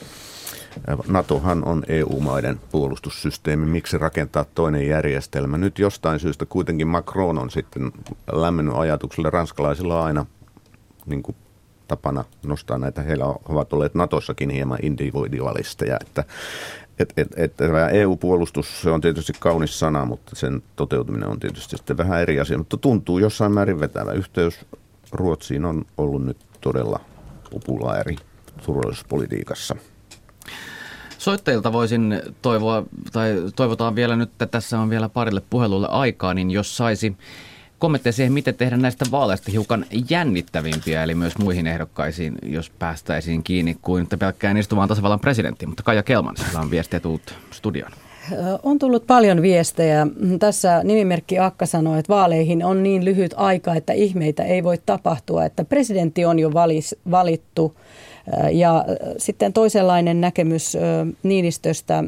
NATOhan on E U-maiden puolustussysteemi. Miksi rakentaa toinen järjestelmä? Nyt jostain syystä kuitenkin Macron on sitten lämmennyt ajatukselle. Ranskalaisilla on aina niin kuin tapana nostaa näitä. Heillä ovat olleet NATOssakin hieman individualisteja. Että, et, et, et, tämä E U-puolustus, se on tietysti kaunis sana, mutta sen toteutuminen on tietysti sitten vähän eri asia. Mutta tuntuu jossain määrin vetävä. Yhteys Ruotsiin on ollut nyt todella populaari turvallisuuspolitiikassa. Soittajilta voisin toivoa, tai toivotaan vielä nyt, että tässä on vielä parille puhelulle aikaa, niin jos saisi kommentteja siihen, miten tehdä näistä vaaleista hiukan jännittävimpiä, eli myös muihin ehdokkaisiin, jos päästäisiin kiinni kuin pelkkään istuvaan tasavallan presidenttiin. Mutta Kaija Kelman, sillä on viestiä tullut studioon. On tullut paljon viestejä. Tässä nimimerkki Akka sanoi, että vaaleihin on niin lyhyt aika, että ihmeitä ei voi tapahtua, että presidentti on jo valis, valittu. Ja sitten toisenlainen näkemys Niinistöstä,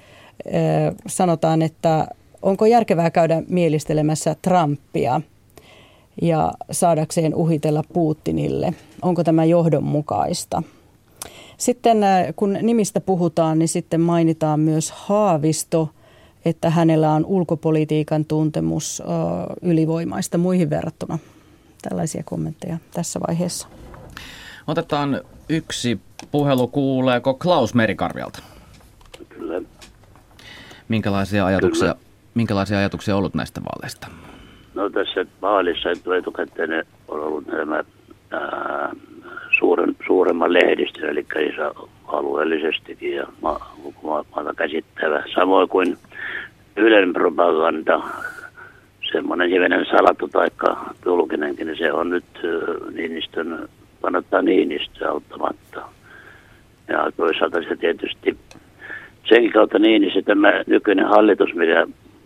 sanotaan, että onko järkevää käydä mielistelemässä Trumpia ja saadakseen uhitella Putinille. Onko tämä johdonmukaista? Sitten kun nimistä puhutaan, niin sitten mainitaan myös Haavisto, että hänellä on ulkopolitiikan tuntemus ylivoimaista muihin verrattuna. Tällaisia kommentteja tässä vaiheessa. Otetaan yksi puhelu. Kuuleeko Klaus Merikarvialta? Kyllä. Minkälaisia ajatuksia, Kyllä. minkälaisia ajatuksia on ollut näistä vaaleista? No tässä vaalissa etukäteen on ollut nämä ää, suuren, suuremman lehdistön, eli iso alueellisestikin ja ma- maata käsittävä. Samoin kuin Ylen propaganda, semmoinen hivenen salattu taikka julkinenkin, niin se on nyt Niinistön, kannattaa Niinistöä auttamatta. Ja toisaalta se tietysti senkin kautta Niinistö, tämä nykyinen hallitus, mitä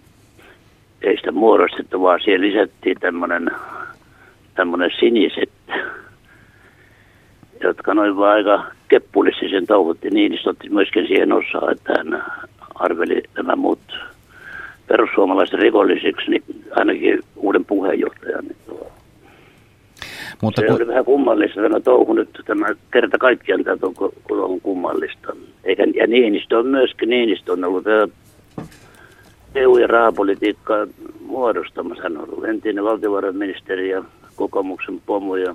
ei sitä muodostettu, vaan siihen lisättiin tämmöinen, tämmöinen siniset, jotka noin vaan aika keppulissisen touhutti. Niinistö otti myöskin siihen osaa, että hän arveli nämä muut perussuomalaiset rikollisiksi, niin ainakin uuden puheenjohtajan. Mutta se kun... oli vähän kummallista, tämä touhu nyt, tämä kerta kaikkiaan tämä on kummallista. Eikä, ja Niinistö on myöskin, Niinistö on ollut E U- ja rahapolitiikkaa muodostamassa. Hän on ollut entinen valtiovarainministeri ja kokoomuksen pomo ja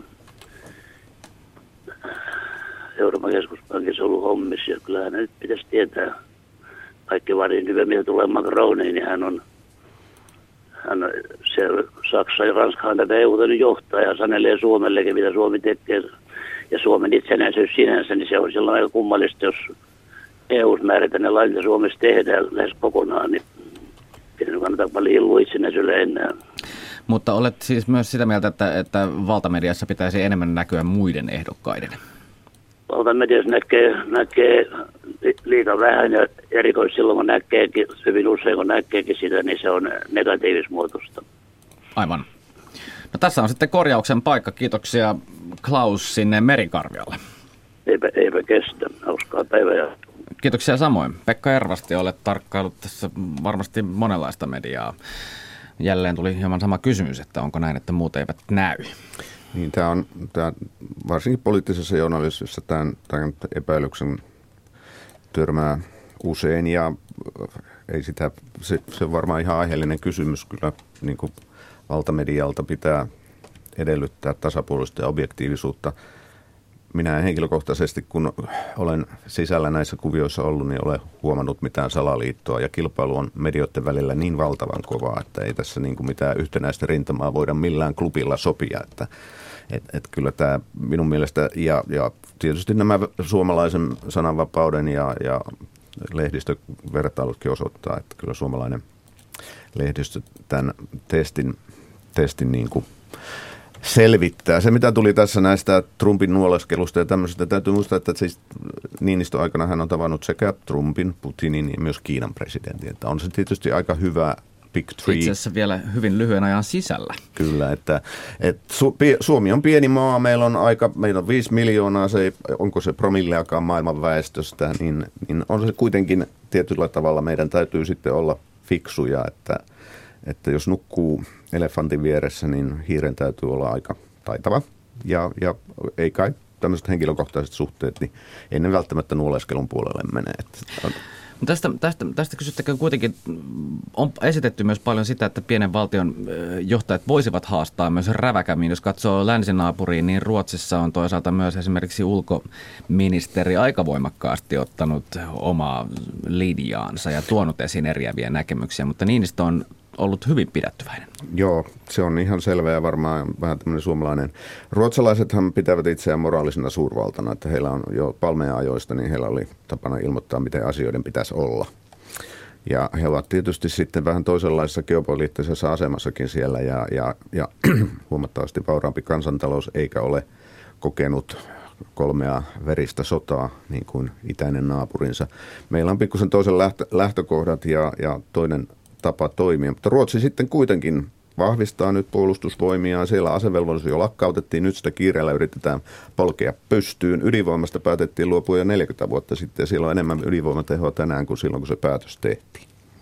Euroopan keskuspankissa ollut hommissa. Ja kyllähän nyt pitäisi tietää kaikki varin hyvä, mitä tulee Macroniin, niin hän on hän siellä Saksa ja Ranskahan tätä E U:ta nyt johtaa ja sanelee Suomellekin, mitä Suomi tekee. Ja Suomen itsenäisyys sinänsä, niin se on silloin aika kummallista, jos E U:ssa määritään ne lait, mitä Suomessa tehdään lähes kokonaan, niin ei kannata paljon illua itsenäisyydelle enää. Mutta olet siis myös sitä mieltä, että, että valtamediassa pitäisi enemmän näkyä muiden ehdokkaiden? Valtamediassa näkee, näkee liikaa vähän ja erikoisesti silloin, kun näkeekin, hyvin usein kun näkeekin sitä, niin se on negatiivismuotoista. Aivan. No tässä on sitten korjauksen paikka. Kiitoksia Klaus sinne Merikarvialle. Eipä, eipä kestä. Hauskaa päivää. Kiitoksia samoin. Pekka Ervasti, olet tarkkaillut tässä varmasti monenlaista mediaa. Jälleen tuli hieman sama kysymys, että onko näin, että muut eivät näy. Niin, tämä on tämä, varsinkin poliittisessa journalismissa tämän, tämän epäilyksen törmää usein ja ei sitä, se, se on varmaan ihan aiheellinen kysymys. Kyllä niin kuin valtamedialta pitää edellyttää tasapuolista ja objektiivisuutta. Minä henkilökohtaisesti, kun olen sisällä näissä kuvioissa ollut, niin olen huomannut mitään salaliittoa ja kilpailu on medioiden välillä niin valtavan kovaa, että ei tässä niin kuin mitään yhtenäistä rintamaa voida millään klubilla sopia. Että, et, et kyllä tämä minun mielestä ja, ja tietysti nämä suomalaisen sananvapauden ja, ja lehdistövertailutkin osoittaa, että kyllä suomalainen lehdistö tämän testin, testin niin kuin selvittää. Se, mitä tuli tässä näistä Trumpin nuoleskelusta ja tämmöisestä, täytyy muistaa, että siis Niinistön aikana hän on tavannut sekä Trumpin, Putinin ja myös Kiinan presidentin. Että on se tietysti aika hyvä big three. Itse asiassa vielä hyvin lyhyen ajan sisällä. Kyllä, että, että Suomi on pieni maa, meillä on aika, meillä on viisi miljoonaa, se, onko se promilleakaan maailman väestöstä, niin, niin on se kuitenkin tietyllä tavalla, meidän täytyy sitten olla fiksuja, että että jos nukkuu elefantin vieressä, niin hiiren täytyy olla aika taitava. Ja, ja ei kai tämmöiset henkilökohtaiset suhteet, niin ei ne välttämättä nuoleskelun puolelle mene. Tästä, tästä, tästä kysyttekö kuitenkin, on esitetty myös paljon sitä, että pienen valtion johtajat voisivat haastaa myös räväkämmin. Jos katsoo länsinaapuriin, niin Ruotsissa on toisaalta myös esimerkiksi ulkoministeri aika voimakkaasti ottanut omaa linjaansa ja tuonut esiin eriäviä näkemyksiä, mutta Niinistö on ollut hyvin pidättyväinen. Joo, se on ihan selvä ja varmaan vähän tämmöinen suomalainen. Ruotsalaisethan pitävät itseään moraalisena suurvaltana, että heillä on jo palmeja ajoista, niin heillä oli tapana ilmoittaa, miten asioiden pitäisi olla. Ja he ovat tietysti sitten vähän toisenlaisessa geopoliittisessa asemassakin siellä ja, ja, ja huomattavasti vauraampi kansantalous eikä ole kokenut kolmea veristä sotaa, niin kuin itäinen naapurinsa. Meillä on pikkusen toisen lähtö, lähtökohdat ja, ja toinen tapa toimia, mutta Ruotsi sitten kuitenkin vahvistaa nyt puolustusvoimia. Siellä asevelvollisuus jo lakkautettiin, nyt sitä kiireellä yritetään polkea pystyyn. Ydinvoimasta päätettiin luopua jo neljäkymmentä vuotta sitten ja siellä on enemmän ydinvoimatehoa tänään kuin silloin, kun se päätös tehtiin.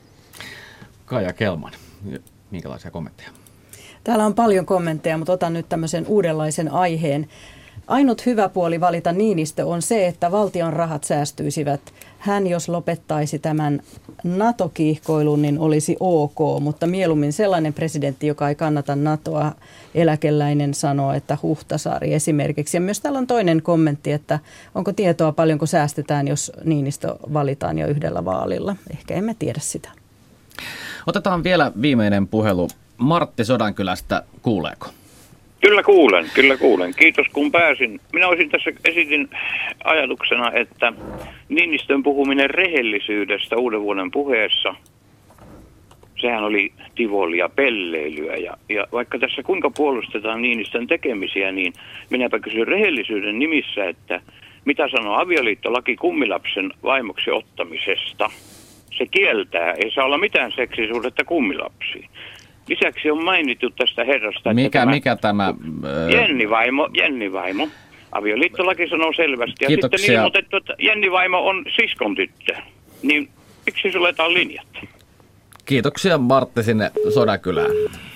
Kaija Kelman, minkälaisia kommentteja? Täällä on paljon kommentteja, mutta otan nyt tämmöisen uudenlaisen aiheen. Ainut hyvä puoli valita Niinistö on se, että valtion rahat säästyisivät. Hän, jos lopettaisi tämän NATO-kiihkoilun, niin olisi ok, mutta mieluummin sellainen presidentti, joka ei kannata NATOa, eläkeläinen sanoo, että Huhtasaari esimerkiksi. Ja myös täällä on toinen kommentti, että onko tietoa paljonko säästetään, jos Niinistö valitaan jo yhdellä vaalilla. Ehkä emme tiedä sitä. Otetaan vielä viimeinen puhelu. Martti Sodankylästä, kuuleeko? Kyllä kuulen, kyllä kuulen. Kiitos kun pääsin. Minä olisin tässä esitin ajatuksena, että Niinistön puhuminen rehellisyydestä uuden vuoden puheessa, sehän oli tivolia pelleilyä. Ja, ja vaikka tässä kuinka puolustetaan Niinistön tekemisiä, niin minäpä kysyn rehellisyyden nimissä, että mitä sanoo avioliittolaki kummilapsen vaimoksi ottamisesta? Se kieltää, ei saa olla mitään seksisuudetta kummilapsiin. Lisäksi on mainittu tästä herrasta, mikä, että tämä, mikä tämä Jenni Vaimo, Jenni Vaimo, avioliittolaki sanoo selvästi. Ja Kiitoksia. Sitten ilmoitettu, että Jenni Vaimo on siskon tyttö. Niin miksi suljetaan linjat? Kiitoksia Martti sinne Sodakylään.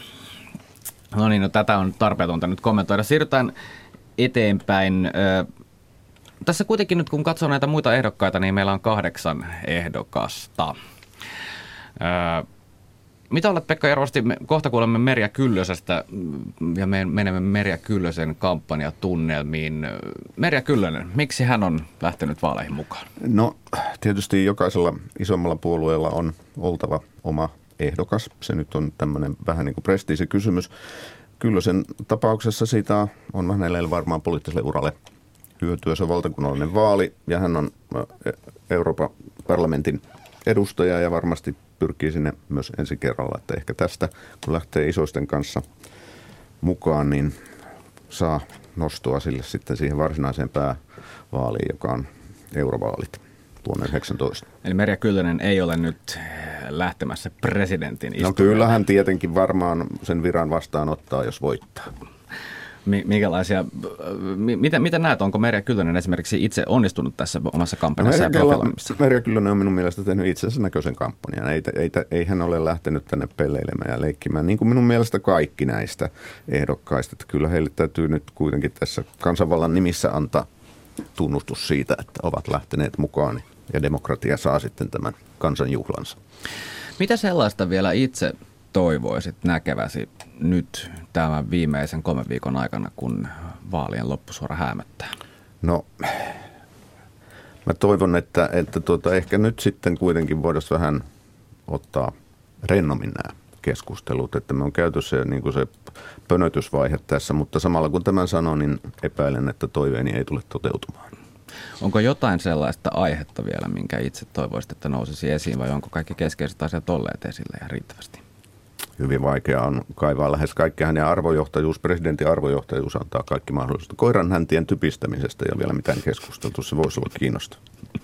No niin, no tätä on tarpeetonta nyt kommentoida. Siirrytään eteenpäin. Tässä kuitenkin nyt kun katsoo näitä muita ehdokkaita, niin meillä on kahdeksan ehdokasta. Mitä olet, Pekka Järvasti? Me kohta kuulemme Merja Kyllösestä ja me menemme Merja Kyllösen kampanjatunnelmiin. Merja Kyllönen, miksi hän on lähtenyt vaaleihin mukaan? No tietysti jokaisella isommalla puolueella on oltava oma ehdokas. Se nyt on tämmöinen vähän niin kuin prestiisikysymys. Kyllösen tapauksessa siitä on hänelle varmaan poliittiselle uralle hyötyä. Se on valtakunnallinen vaali ja hän on Euroopan parlamentin edustaja ja varmasti pyrkii sinne myös ensi kerralla, että ehkä tästä, kun lähtee isoisten kanssa mukaan, niin saa nostoa sille sitten siihen varsinaiseen päävaaliin, joka on eurovaalit vuonna yhdeksäntoista. Eli Merja Kyllönen ei ole nyt lähtemässä presidentin istumaan. No kyllähän tietenkin varmaan sen viran vastaanottaa, jos voittaa. Minkälaisia, mitä, mitä näet, onko Merja Kyllönen esimerkiksi itse onnistunut tässä omassa kampanjassa ja profiloinnissa? Merja Kyllönen on minun mielestä tehnyt itsensä näköisen kampanjan. Ei, ei, ei hän ole lähtenyt tänne pelleilemään ja leikkimään, niin kuin minun mielestä kaikki näistä ehdokkaista. Että kyllä heille täytyy nyt kuitenkin tässä kansanvallan nimissä antaa tunnustus siitä, että ovat lähteneet mukaan ja demokratia saa sitten tämän kansanjuhlansa. Mitä sellaista vielä itse toivoisit näkeväsi nyt tämän viimeisen kolmen viikon aikana, kun vaalien loppusuora häämöttää? No, mä toivon, että, että tuota, ehkä nyt sitten kuitenkin voitaisiin vähän ottaa rennommin nämä keskustelut, että me on käyty se, niin kuin se pönötysvaihe tässä, mutta samalla kun tämän sanon, niin epäilen, että toiveeni ei tule toteutumaan. Onko jotain sellaista aihetta vielä, minkä itse toivoisit, että nousisi esiin, vai onko kaikki keskeiset asiat olleet esille ja riittävästi? Hyvin vaikea on kaivaa lähes kaikkea. Hänen arvojohtajuus, presidentin arvojohtajuus antaa kaikki mahdollisuutta. Koiran häntien typistämisestä ei ole vielä mitään keskusteltu. Se voisi olla kiinnostavaa.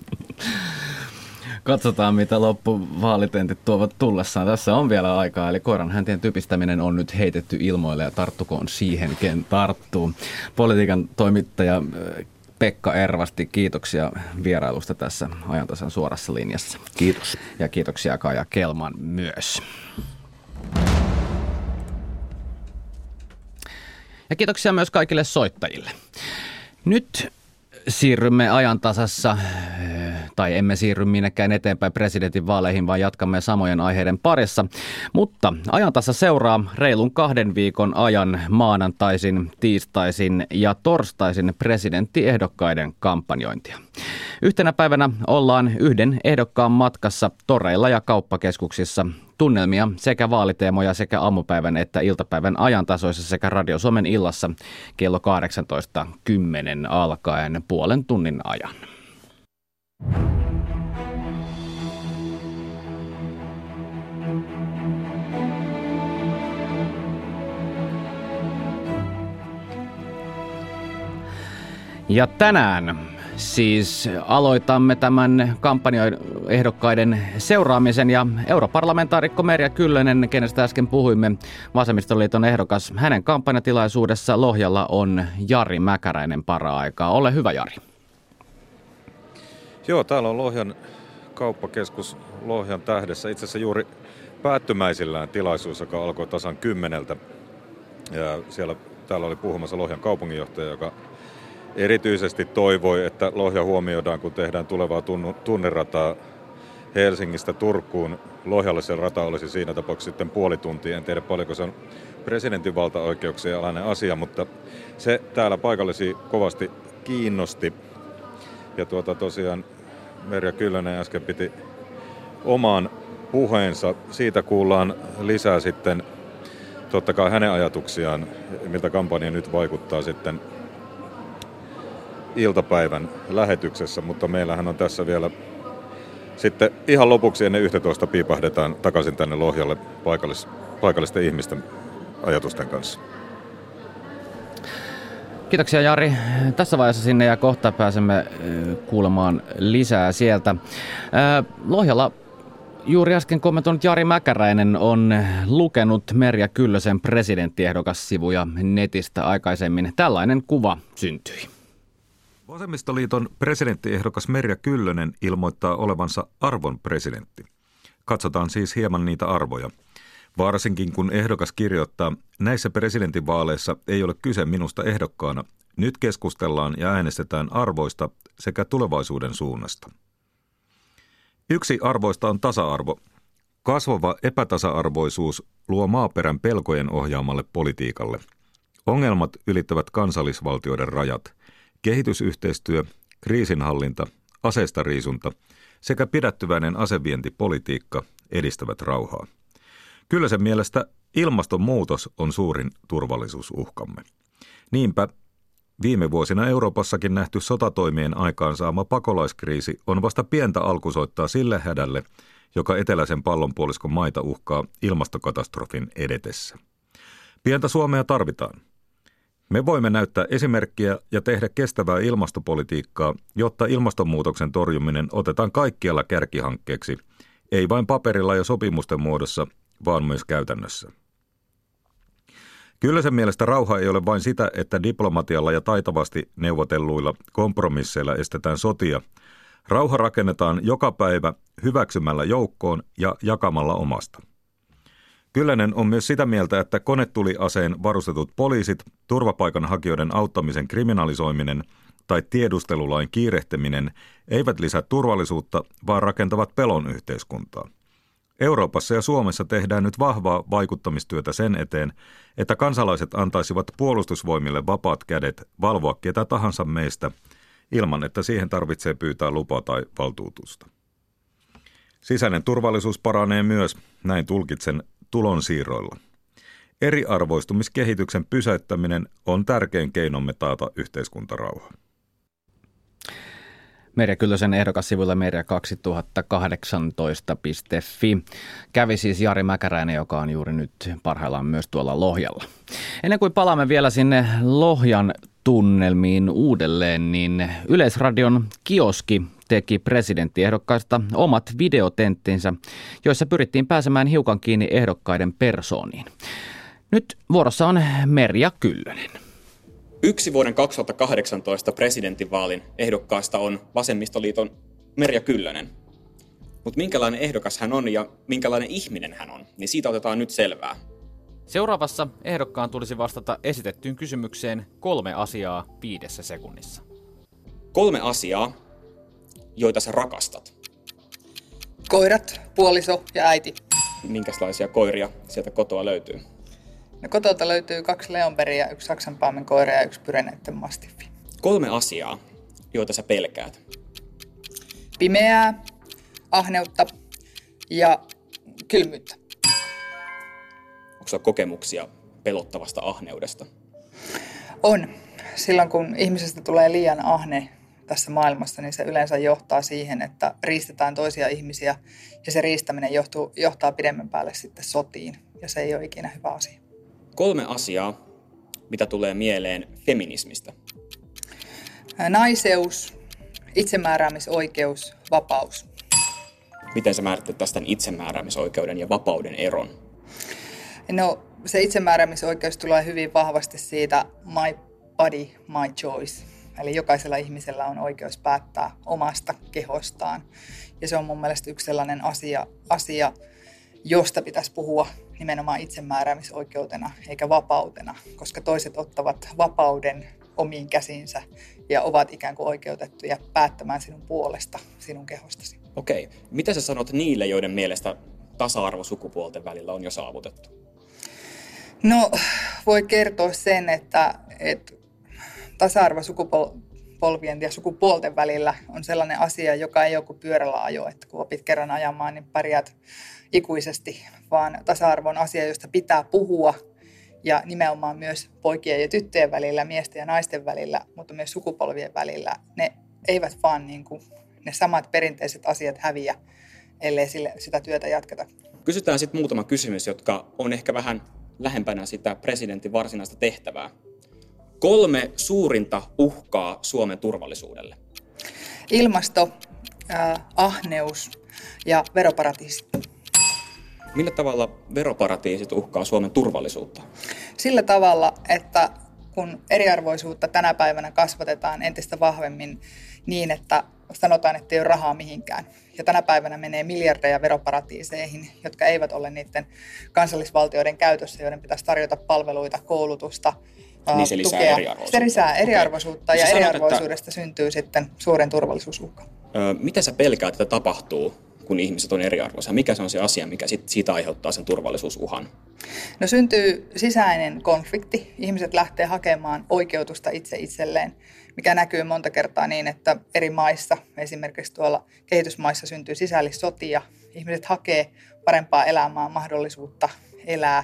Katsotaan, mitä loppuvaaliteentit tuovat tullessaan. Tässä on vielä aikaa, eli koiran häntien typistäminen on nyt heitetty ilmoille ja tarttukoon siihen, ken tarttuu. Politiikan toimittaja Pekka Ervasti, kiitoksia vierailusta tässä Ajantasan suorassa linjassa. Kiitos. Ja kiitoksia Kaija Kelman myös. Ja kiitoksia myös kaikille soittajille. Nyt siirrymme ajantasassa, tai emme siirry minnekään eteenpäin presidentin vaaleihin, vaan jatkamme samojen aiheiden parissa. Mutta ajantasa seuraa reilun kahden viikon ajan maanantaisin, tiistaisin ja torstaisin presidenttiehdokkaiden kampanjointia. Yhtenä päivänä ollaan yhden ehdokkaan matkassa toreilla ja kauppakeskuksissa. Tunnelmia sekä vaaliteemoja sekä aamupäivän että iltapäivän ajantasoissa sekä Radio Suomen illassa kello kahdeksantoista kymmenen alkaen puolen tunnin ajan. Ja tänään siis aloitamme tämän kampanjaehdokkaiden seuraamisen ja europarlamentaarikko Merja Kyllönen, kenestä äsken puhuimme, Vasemmistoliiton ehdokas. Hänen kampanjatilaisuudessa Lohjalla on Jari Mäkäräinen para-aikaa. Ole hyvä, Jari. Joo, täällä on Lohjan kauppakeskus Lohjan Tähdessä. Itse asiassa juuri päättymäisillään tilaisuus, joka alkoi tasan kymmeneltä. Ja siellä, täällä oli puhumassa Lohjan kaupunginjohtaja, joka erityisesti toivoi, että Lohja huomioidaan, kun tehdään tulevaa tunnerataa Helsingistä Turkuun. Lohjalle se rata olisi siinä tapauksessa sitten puoli tuntia. En tiedä paljonko se on presidentin valtaoikeuksien alainen asia, mutta se täällä paikallisia kovasti kiinnosti. Ja tuota tosiaan Merja Kyllönen äsken piti oman puheensa. Siitä kuullaan lisää sitten totta kai hänen ajatuksiaan, miltä kampanja nyt vaikuttaa sitten iltapäivän lähetyksessä, mutta meillähän on tässä vielä sitten ihan lopuksi ennen yksitoista piipahdetaan takaisin tänne Lohjalle paikallis, paikallisten ihmisten ajatusten kanssa. Kiitoksia, Jari. Tässä vaiheessa sinne ja kohta pääsemme kuulemaan lisää sieltä. Lohjalla juuri äsken kommentoinut Jari Mäkäräinen on lukenut Merja Kyllösen presidenttiehdokkassivuja netistä aikaisemmin. Tällainen kuva syntyi. Vasemmistoliiton presidenttiehdokas Merja Kyllönen ilmoittaa olevansa arvon presidentti. Katsotaan siis hieman niitä arvoja. Varsinkin kun ehdokas kirjoittaa, näissä presidentinvaaleissa ei ole kyse minusta ehdokkaana. Nyt keskustellaan ja äänestetään arvoista sekä tulevaisuuden suunnasta. Yksi arvoista on tasa-arvo. Kasvava epätasa-arvoisuus luo maaperän pelkojen ohjaamalle politiikalle. Ongelmat ylittävät kansallisvaltioiden rajat. Kehitysyhteistyö, kriisinhallinta, aseistariisunta sekä pidättyväinen asevientipolitiikka edistävät rauhaa. Kyllä sen mielestä ilmastonmuutos on suurin turvallisuusuhkamme. Niinpä viime vuosina Euroopassakin nähty sotatoimien aikaansaama pakolaiskriisi on vasta pientä alkusoittaa sille hädälle, joka eteläisen pallonpuoliskon maita uhkaa ilmastokatastrofin edetessä. Pientä Suomea tarvitaan. Me voimme näyttää esimerkkiä ja tehdä kestävää ilmastopolitiikkaa, jotta ilmastonmuutoksen torjuminen otetaan kaikkialla kärkihankkeeksi, ei vain paperilla ja sopimusten muodossa, vaan myös käytännössä. Kyllä sen mielestä rauha ei ole vain sitä, että diplomatialla ja taitavasti neuvotelluilla kompromisseilla estetään sotia. Rauha rakennetaan joka päivä hyväksymällä joukkoon ja jakamalla omasta. Kyllönen on myös sitä mieltä, että konetuliaseen varustetut poliisit, turvapaikanhakijoiden auttamisen kriminalisoiminen tai tiedustelulain kiirehtiminen eivät lisää turvallisuutta, vaan rakentavat pelon yhteiskuntaa. Euroopassa ja Suomessa tehdään nyt vahvaa vaikuttamistyötä sen eteen, että kansalaiset antaisivat puolustusvoimille vapaat kädet valvoa ketä tahansa meistä, ilman että siihen tarvitsee pyytää lupaa tai valtuutusta. Sisäinen turvallisuus paranee myös, näin tulkitsen, tulonsiirroilla. Eriarvoistumiskehityksen pysäyttäminen on tärkein keinomme taata yhteiskuntarauha. Merja Kyllösen ehdokassivuilla merja kaksituhattakahdeksantoista piste fi kävi siis Jari Mäkäräinen, joka on juuri nyt parhaillaan myös tuolla Lohjalla. Ennen kuin palaamme vielä sinne Lohjan tunnelmiin uudelleen, niin Yleisradion kioski teki presidenttiehdokkaista omat videotenttinsä, joissa pyrittiin pääsemään hiukan kiinni ehdokkaiden persooniin. Nyt vuorossa on Merja Kyllönen. Yksi vuoden kaksituhattakahdeksantoista presidentinvaalin ehdokkaasta on Vasemmistoliiton Merja Kyllönen. Mutta minkälainen ehdokas hän on ja minkälainen ihminen hän on, niin siitä otetaan nyt selvää. Seuraavassa ehdokkaan tulisi vastata esitettyyn kysymykseen kolme asiaa viidessä sekunnissa. Kolme asiaa, joita sä rakastat. Koirat, puoliso ja äiti. Minkälaisia koiria sieltä kotoa löytyy? No kotolta löytyy kaksi leonberiä, yksi saksanpaamen koira ja yksi pyreneiden mastiffi. Kolme asiaa, joita sä pelkäät. Pimeää, ahneutta ja kylmyyttä. Onko sulla kokemuksia pelottavasta ahneudesta? On. Silloin kun ihmisestä tulee liian ahne tässä maailmassa, niin se yleensä johtaa siihen, että riistetään toisia ihmisiä ja se riistäminen johtuu, johtaa pidemmän päälle sitten sotiin ja se ei ole ikinä hyvä asia. Kolme asiaa, mitä tulee mieleen feminismistä. Naiseus, itsemääräämisoikeus, vapaus. Miten sä määrittelet tästä itsemääräämisoikeuden ja vapauden eron? No se itsemääräämisoikeus tulee hyvin vahvasti siitä my body, my choice. Eli jokaisella ihmisellä on oikeus päättää omasta kehostaan. Ja se on mun mielestä yksi sellainen asia, asia josta pitäisi puhua nimenomaan itsemääräämisoikeutena eikä vapautena, koska toiset ottavat vapauden omiin käsiinsä ja ovat ikään kuin oikeutettuja päättämään sinun puolesta, sinun kehostasi. Okei. Mitä sä sanot niille, joiden mielestä tasa-arvo sukupuolten välillä on jo saavutettu? No, voi kertoa sen, että, että tasa-arvo sukupolvien ja sukupuolten välillä on sellainen asia, joka ei ole kuin pyörällä ajo, että kun opit kerran ajamaan, niin pärjäät ikuisesti, vaan tasa-arvo on asia, josta pitää puhua ja nimenomaan myös poikien ja tyttöjen välillä, miesten ja naisten välillä, mutta myös sukupolvien välillä. Ne eivät vaan niin kuin, ne samat perinteiset asiat häviä, ellei sille, sitä työtä jatketa. Kysytään sitten muutama kysymys, jotka on ehkä vähän lähempänä sitä presidentin varsinaista tehtävää. Kolme suurinta uhkaa Suomen turvallisuudelle. Ilmasto, äh, ahneus ja veroparatiisit. Millä tavalla veroparatiisit uhkaa Suomen turvallisuutta? Sillä tavalla, että kun eriarvoisuutta tänä päivänä kasvatetaan entistä vahvemmin niin, että sanotaan, että ei ole rahaa mihinkään. Ja tänä päivänä menee miljardeja veroparatiiseihin, jotka eivät ole niiden kansallisvaltioiden käytössä, joiden pitäisi tarjota palveluita, koulutusta, niin se lisää tukea. eriarvoisuutta. Se lisää eriarvoisuutta okay. Ja sanot, eriarvoisuudesta että... syntyy sitten suuren turvallisuusuhka. Öö, mitä sä pelkäät, että tapahtuu, kun ihmiset on eriarvoisia? Mikä se on se asia, mikä sit, siitä aiheuttaa sen turvallisuusuhan? No syntyy sisäinen konflikti. Ihmiset lähtee hakemaan oikeutusta itse itselleen, mikä näkyy monta kertaa niin, että eri maissa, esimerkiksi tuolla kehitysmaissa syntyy sisällissotia. Ihmiset hakee parempaa elämää, mahdollisuutta elää,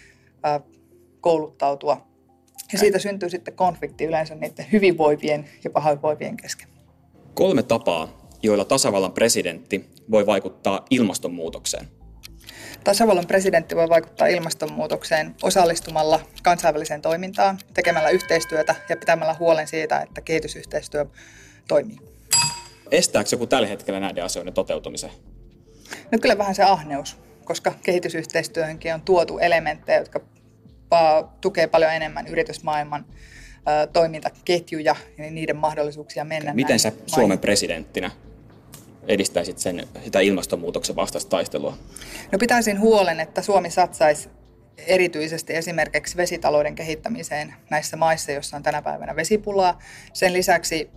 kouluttautua. Ja siitä syntyy sitten konflikti yleensä niiden hyvinvoivien ja pahoinvoivien kesken. Kolme tapaa, joilla tasavallan presidentti voi vaikuttaa ilmastonmuutokseen. Tasavallan presidentti voi vaikuttaa ilmastonmuutokseen osallistumalla kansainväliseen toimintaan, tekemällä yhteistyötä ja pitämällä huolen siitä, että kehitysyhteistyö toimii. Estääkö joku tällä hetkellä näiden asioiden toteutumisen? No kyllä vähän se ahneus, koska kehitysyhteistyöhönkin on tuotu elementtejä, jotka tukee paljon enemmän yritysmaailman toimintaketjuja ja niiden mahdollisuuksia mennä. Miten sä Suomen presidenttinä edistäisit sen, sitä ilmastonmuutoksen vastaista taistelua? No pitäisin huolen, että Suomi satsaisi erityisesti esimerkiksi vesitalouden kehittämiseen näissä maissa, joissa on tänä päivänä vesipulaa. Sen lisäksi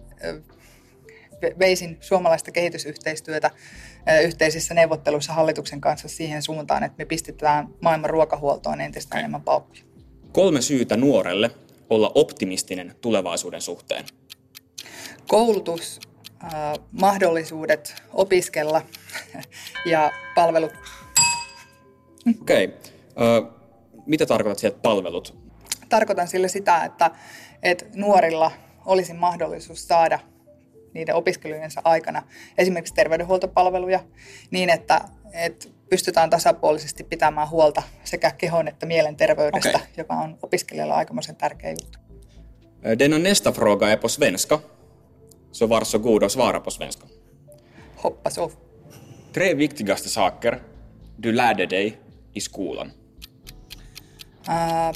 veisin suomalaista kehitysyhteistyötä yhteisissä neuvotteluissa hallituksen kanssa siihen suuntaan, että me pistetään maailman ruokahuoltoon entistä enemmän paukkuja. Kolme syytä nuorelle olla optimistinen tulevaisuuden suhteen. Koulutus, äh, mahdollisuudet opiskella ja palvelut. Okei. Okay. Äh, mitä tarkoitat sieltä palvelut? Tarkoitan sillä sitä, että, että nuorilla olisi mahdollisuus saada niiden opiskelujensa aikana esimerkiksi terveydenhuoltopalveluja niin, että, että pystytään tasapuolisesti pitämään huolta sekä kehon että mielenterveydestä, okay. joka on opiskelijalla aikamoisen tärkeä juttu. Denna nästa fråga är på svenska. Så varsågod och svara på svenska. Hoppas så. Tre viktigaste saker du lärde dig i skolan. Uh,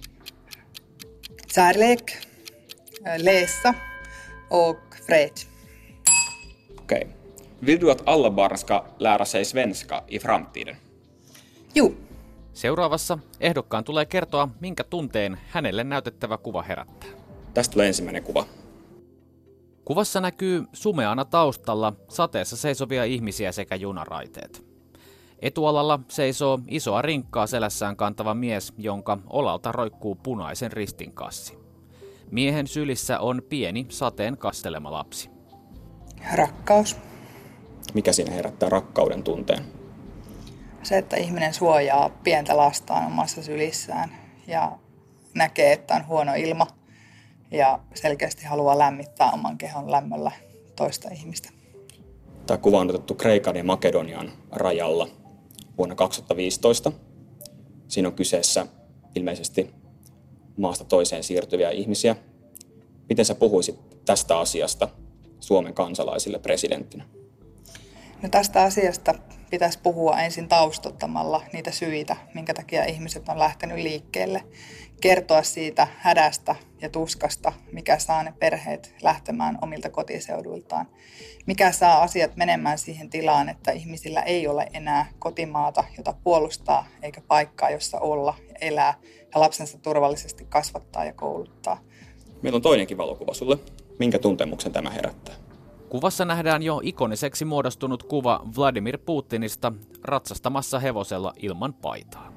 kärlek, läsa och fred. Okej. Okay. Vill du att alla barn ska lära sig svenska i framtiden? Jo, Seuraavassa ehdokkaan tulee kertoa, minkä tunteen hänelle näytettävä kuva herättää. Tästä tulee ensimmäinen kuva. Kuvassa näkyy sumeana taustalla sateessa seisovia ihmisiä sekä junaraiteet. Etualalla seisoo isoa rinkkaa selässään kantava mies, jonka olalta roikkuu punaisen ristin kassi. Miehen sylissä on pieni sateen kastelema lapsi. Rakkaus. Mikä siinä herättää rakkauden tunteen? Se, että ihminen suojaa pientä lastaan omassa sylissään ja näkee, että on huono ilma ja selkeästi haluaa lämmittää oman kehon lämmöllä toista ihmistä. Tämä kuva on otettu Kreikan ja Makedonian rajalla vuonna kaksituhattaviisitoista. Siinä on kyseessä ilmeisesti maasta toiseen siirtyviä ihmisiä. Miten sä puhuisit tästä asiasta Suomen kansalaisille presidenttinä? No tästä asiasta pitäisi puhua ensin taustottamalla niitä syitä, minkä takia ihmiset on lähtenyt liikkeelle. Kertoa siitä hädästä ja tuskasta, mikä saa ne perheet lähtemään omilta kotiseuduiltaan. Mikä saa asiat menemään siihen tilaan, että ihmisillä ei ole enää kotimaata, jota puolustaa, eikä paikkaa, jossa olla ja elää ja lapsensa turvallisesti kasvattaa ja kouluttaa. Meillä on toinenkin valokuva sulle. Minkä tuntemuksen tämä herättää? Kuvassa nähdään jo ikoniseksi muodostunut kuva Vladimir Putinista ratsastamassa hevosella ilman paitaa.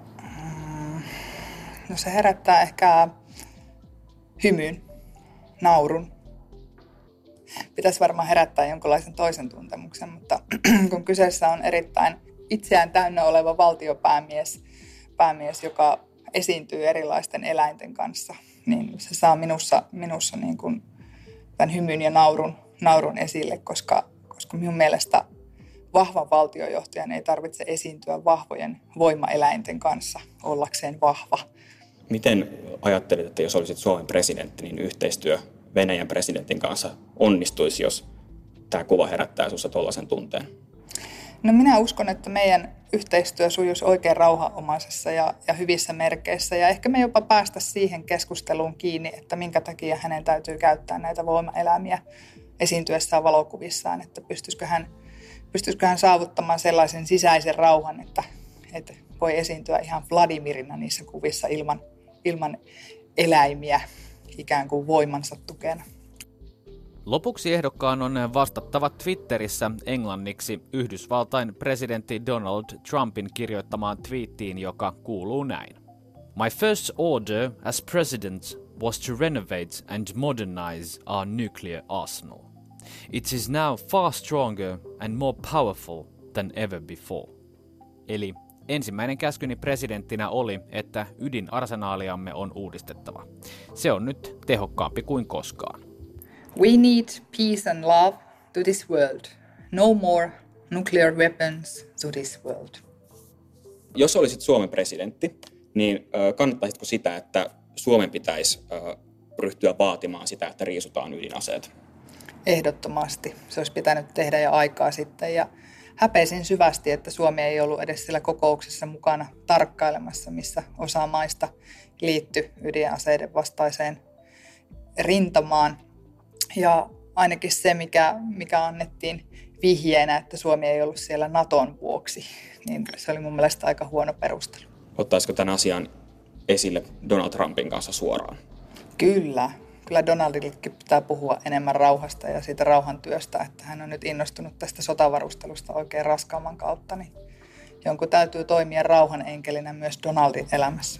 No se herättää ehkä hymyn, naurun. Pitäisi varmaan herättää jonkinlaisen toisen tuntemuksen, mutta kun kyseessä on erittäin itseään täynnä oleva valtiopäämies, päämies, joka esiintyy erilaisten eläinten kanssa, niin se saa minussa, minussa niin kuin tämän hymyn ja naurun, naurun esille, koska, koska minun mielestä vahvan valtiojohtajan ei tarvitse esiintyä vahvojen voimaeläinten kanssa ollakseen vahva. Miten ajattelit, että jos olisit Suomen presidentti, niin yhteistyö Venäjän presidentin kanssa onnistuisi, jos tämä kuva herättää sinussa tuollaisen tunteen? No minä uskon, että meidän yhteistyö sujuisi oikein rauhanomaisessa ja, ja hyvissä merkeissä. Ja ehkä me jopa päästä siihen keskusteluun kiinni, että minkä takia hänen täytyy käyttää näitä voimaeläimiä esiintyessään valokuvissaan. Että pystyisikö hän, pystyisikö hän saavuttamaan sellaisen sisäisen rauhan, että, että voi esiintyä ihan Vladimirina niissä kuvissa ilman, ilman eläimiä ikään kuin voimansa tukena. Lopuksi ehdokkaan on vastattava Twitterissä englanniksi Yhdysvaltain presidentti Donald Trumpin kirjoittamaan twiittiin, joka kuuluu näin. My first order as president was to renovate and modernize our nuclear arsenal. It is now far stronger and more powerful than ever before. Eli ensimmäinen käskyni presidenttinä oli, että ydinarsenaaliamme on uudistettava. Se on nyt tehokkaampi kuin koskaan. We need peace and love to this world. No more nuclear weapons to this world. Jos olisit Suomen presidentti, niin kannattaisitko sitä, että Suomen pitäisi ryhtyä vaatimaan sitä, että riisutaan ydinaseet? Ehdottomasti. Se olisi pitänyt tehdä jo aikaa sitten. Ja häpeisin syvästi, että Suomi ei ollut edes siellä kokouksessa mukana tarkkailemassa, missä osa maista liittyi ydinaseiden vastaiseen rintamaan. Ja ainakin se, mikä, mikä annettiin vihjeenä, että Suomi ei ollut siellä Naton vuoksi, niin se oli mun mielestä aika huono perustelu. Ottaisiko tämän asian esille Donald Trumpin kanssa suoraan? Kyllä. Kyllä Donaldillekin pitää puhua enemmän rauhasta ja siitä rauhantyöstä, että hän on nyt innostunut tästä sotavarustelusta oikein raskaamman kautta. Niin jonkun täytyy toimia rauhan enkelinä myös Donaldin elämässä.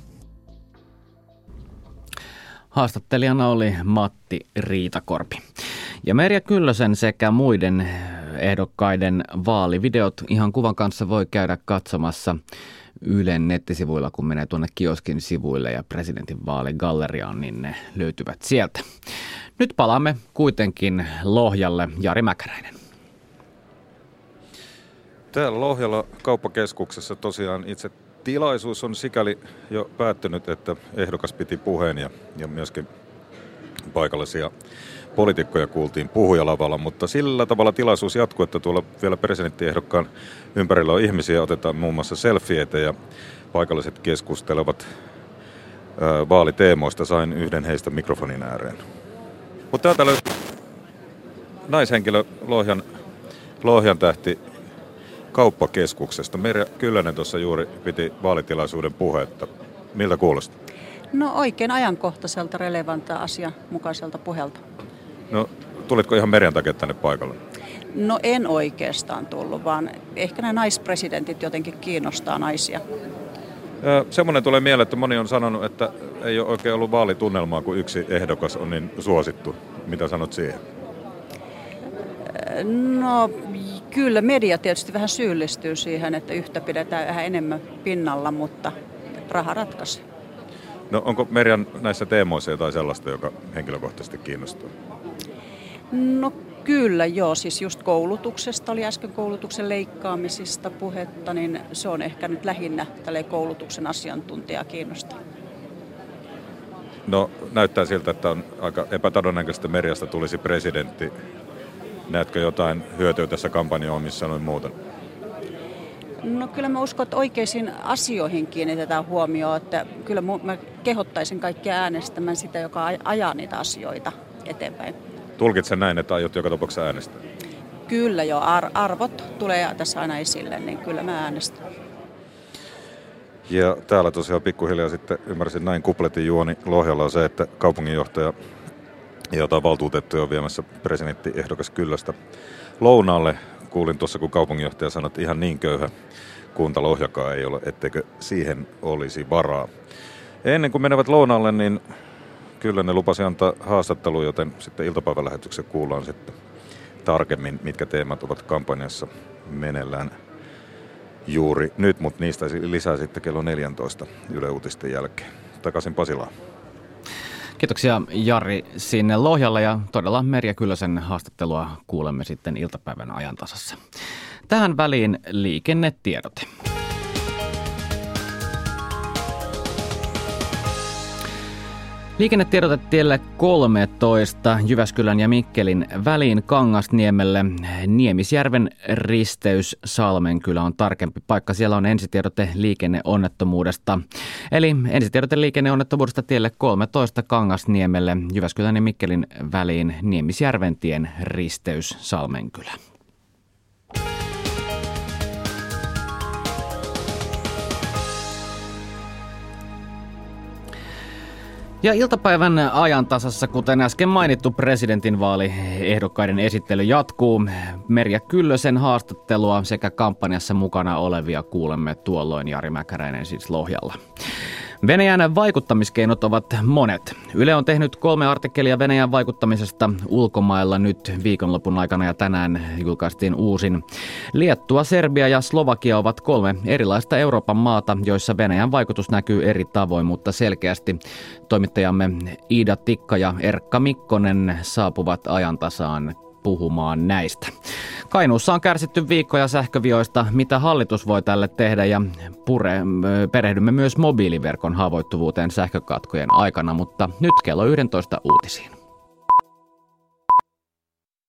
Haastattelijana oli Matti Riitakorpi. Ja Merja Kyllösen sekä muiden ehdokkaiden vaalivideot ihan kuvan kanssa voi käydä katsomassa Ylen nettisivuilla, kun menee tuonne kioskin sivuille ja presidentin vaaligalleriaan, niin ne löytyvät sieltä. Nyt palaamme kuitenkin Lohjalle. Jari Mäkäräinen. Täällä Lohjalla kauppakeskuksessa tosiaan itse tilaisuus on sikäli jo päättynyt, että ehdokas piti puheen ja, ja myöskin paikallisia poliitikkoja kuultiin puhujalavalla, mutta sillä tavalla tilaisuus jatkuu, että tuolla vielä presidenttiehdokkaan ympärillä on ihmisiä, otetaan muun muassa selfieitä ja paikalliset keskustelevat ää, vaaliteemoista. Sain yhden heistä mikrofonin ääreen. Mutta täältä löytyy naishenkilö Lohjan, Lohjan tähti kauppakeskuksesta. Merja Kyllönen tuossa juuri piti vaalitilaisuuden puhetta. Miltä kuulostaa? No oikein ajankohtaiselta, relevantaa asianmukaiselta puhelta. No tulitko ihan Merjan takia tänne paikalle? No en oikeastaan tullut, vaan ehkä nämä naispresidentit jotenkin kiinnostaa naisia. Semmoinen tulee mieleen, että moni on sanonut, että ei ole oikein ollut vaalitunnelmaa, kun yksi ehdokas on niin suosittu. Mitä sanot siihen? No kyllä media tietysti vähän syyllistyy siihen, että yhtä pidetään vähän enemmän pinnalla, mutta raha ratkaisi. No onko Merjan näissä teemoissa jotain sellaista, joka henkilökohtaisesti kiinnostaa? No kyllä joo, siis just koulutuksesta oli äsken koulutuksen leikkaamisista puhetta, niin se on ehkä nyt lähinnä tälle koulutuksen asiantuntijaa kiinnostaa. No näyttää siltä, että on aika epätodennäköistä Merjasta tulisi presidentti. Näetkö jotain hyötyä tässä kampanjoinnissa noin muuten? No kyllä mä uskon, että oikeisiin asioihin kiinnitetään huomioon, että kyllä mä kehottaisin kaikkia äänestämään sitä, joka ajaa niitä asioita eteenpäin. Tulkitsen näin, että aiot joka tapauksessa äänestää? Kyllä jo, Ar- arvot tulee tässä aina esille, niin kyllä mä äänestän. Ja täällä tosiaan pikkuhiljaa sitten ymmärsin näin kupletin juoni Lohjalla on se, että kaupunginjohtaja ja jotain valtuutettuja on viemässä presidenttiehdokas Kyllästä lounaalle. Kuulin tuossa, kun kaupunginjohtaja sanoi, että ihan niin köyhä kunta Lohjakaan ei ole, etteikö siihen olisi varaa. Ennen kuin menevät lounaalle, niin kyllä ne lupasi antaa haastattelu, joten sitten iltapäivälähetyksessä kuullaan sitten tarkemmin, mitkä teemat ovat kampanjassa meneillään juuri nyt, mutta niistä lisää sitten kello neljätoista Yle Uutisten jälkeen. Takaisin Pasilaan. Kiitoksia Jari sinne Lohjalle ja todella Merja Kyllösen haastattelua kuulemme sitten iltapäivän ajantasassa. Tähän väliin liikennetiedote. Liikennetiedote tielle kolmetoista Jyväskylän ja Mikkelin väliin Kangasniemelle. Niemisjärven risteys Salmenkylä on tarkempi paikka. Siellä on ensitiedote liikenneonnettomuudesta. Eli ensitiedote liikenneonnettomuudesta tielle kolmetoista Kangasniemelle Jyväskylän ja Mikkelin väliin Niemisjärven tien risteys Salmenkylä. Ja iltapäivän ajantasassa, kuten äsken mainittu, presidentinvaaliehdokkaiden esittely jatkuu. Merja Kyllösen haastattelua sekä kampanjassa mukana olevia kuulemme tuolloin. Jari Mäkäräinen siis Lohjalla. Venäjän vaikuttamiskeinot ovat monet. Yle on tehnyt kolme artikkelia Venäjän vaikuttamisesta ulkomailla nyt viikonlopun aikana ja tänään julkaistiin uusin. Liettua, Serbia ja Slovakia ovat kolme erilaista Euroopan maata, joissa Venäjän vaikutus näkyy eri tavoin, mutta selkeästi. Toimittajamme Iida Tikka ja Erkka Mikkonen saapuvat ajantasaan puhumaan näistä. Kainuussa on kärsitty viikkoja sähkövioista, mitä hallitus voi tälle tehdä ja pure, perehdymme myös mobiiliverkon haavoittuvuuteen sähkökatkojen aikana, mutta nyt kello yksitoista uutisiin.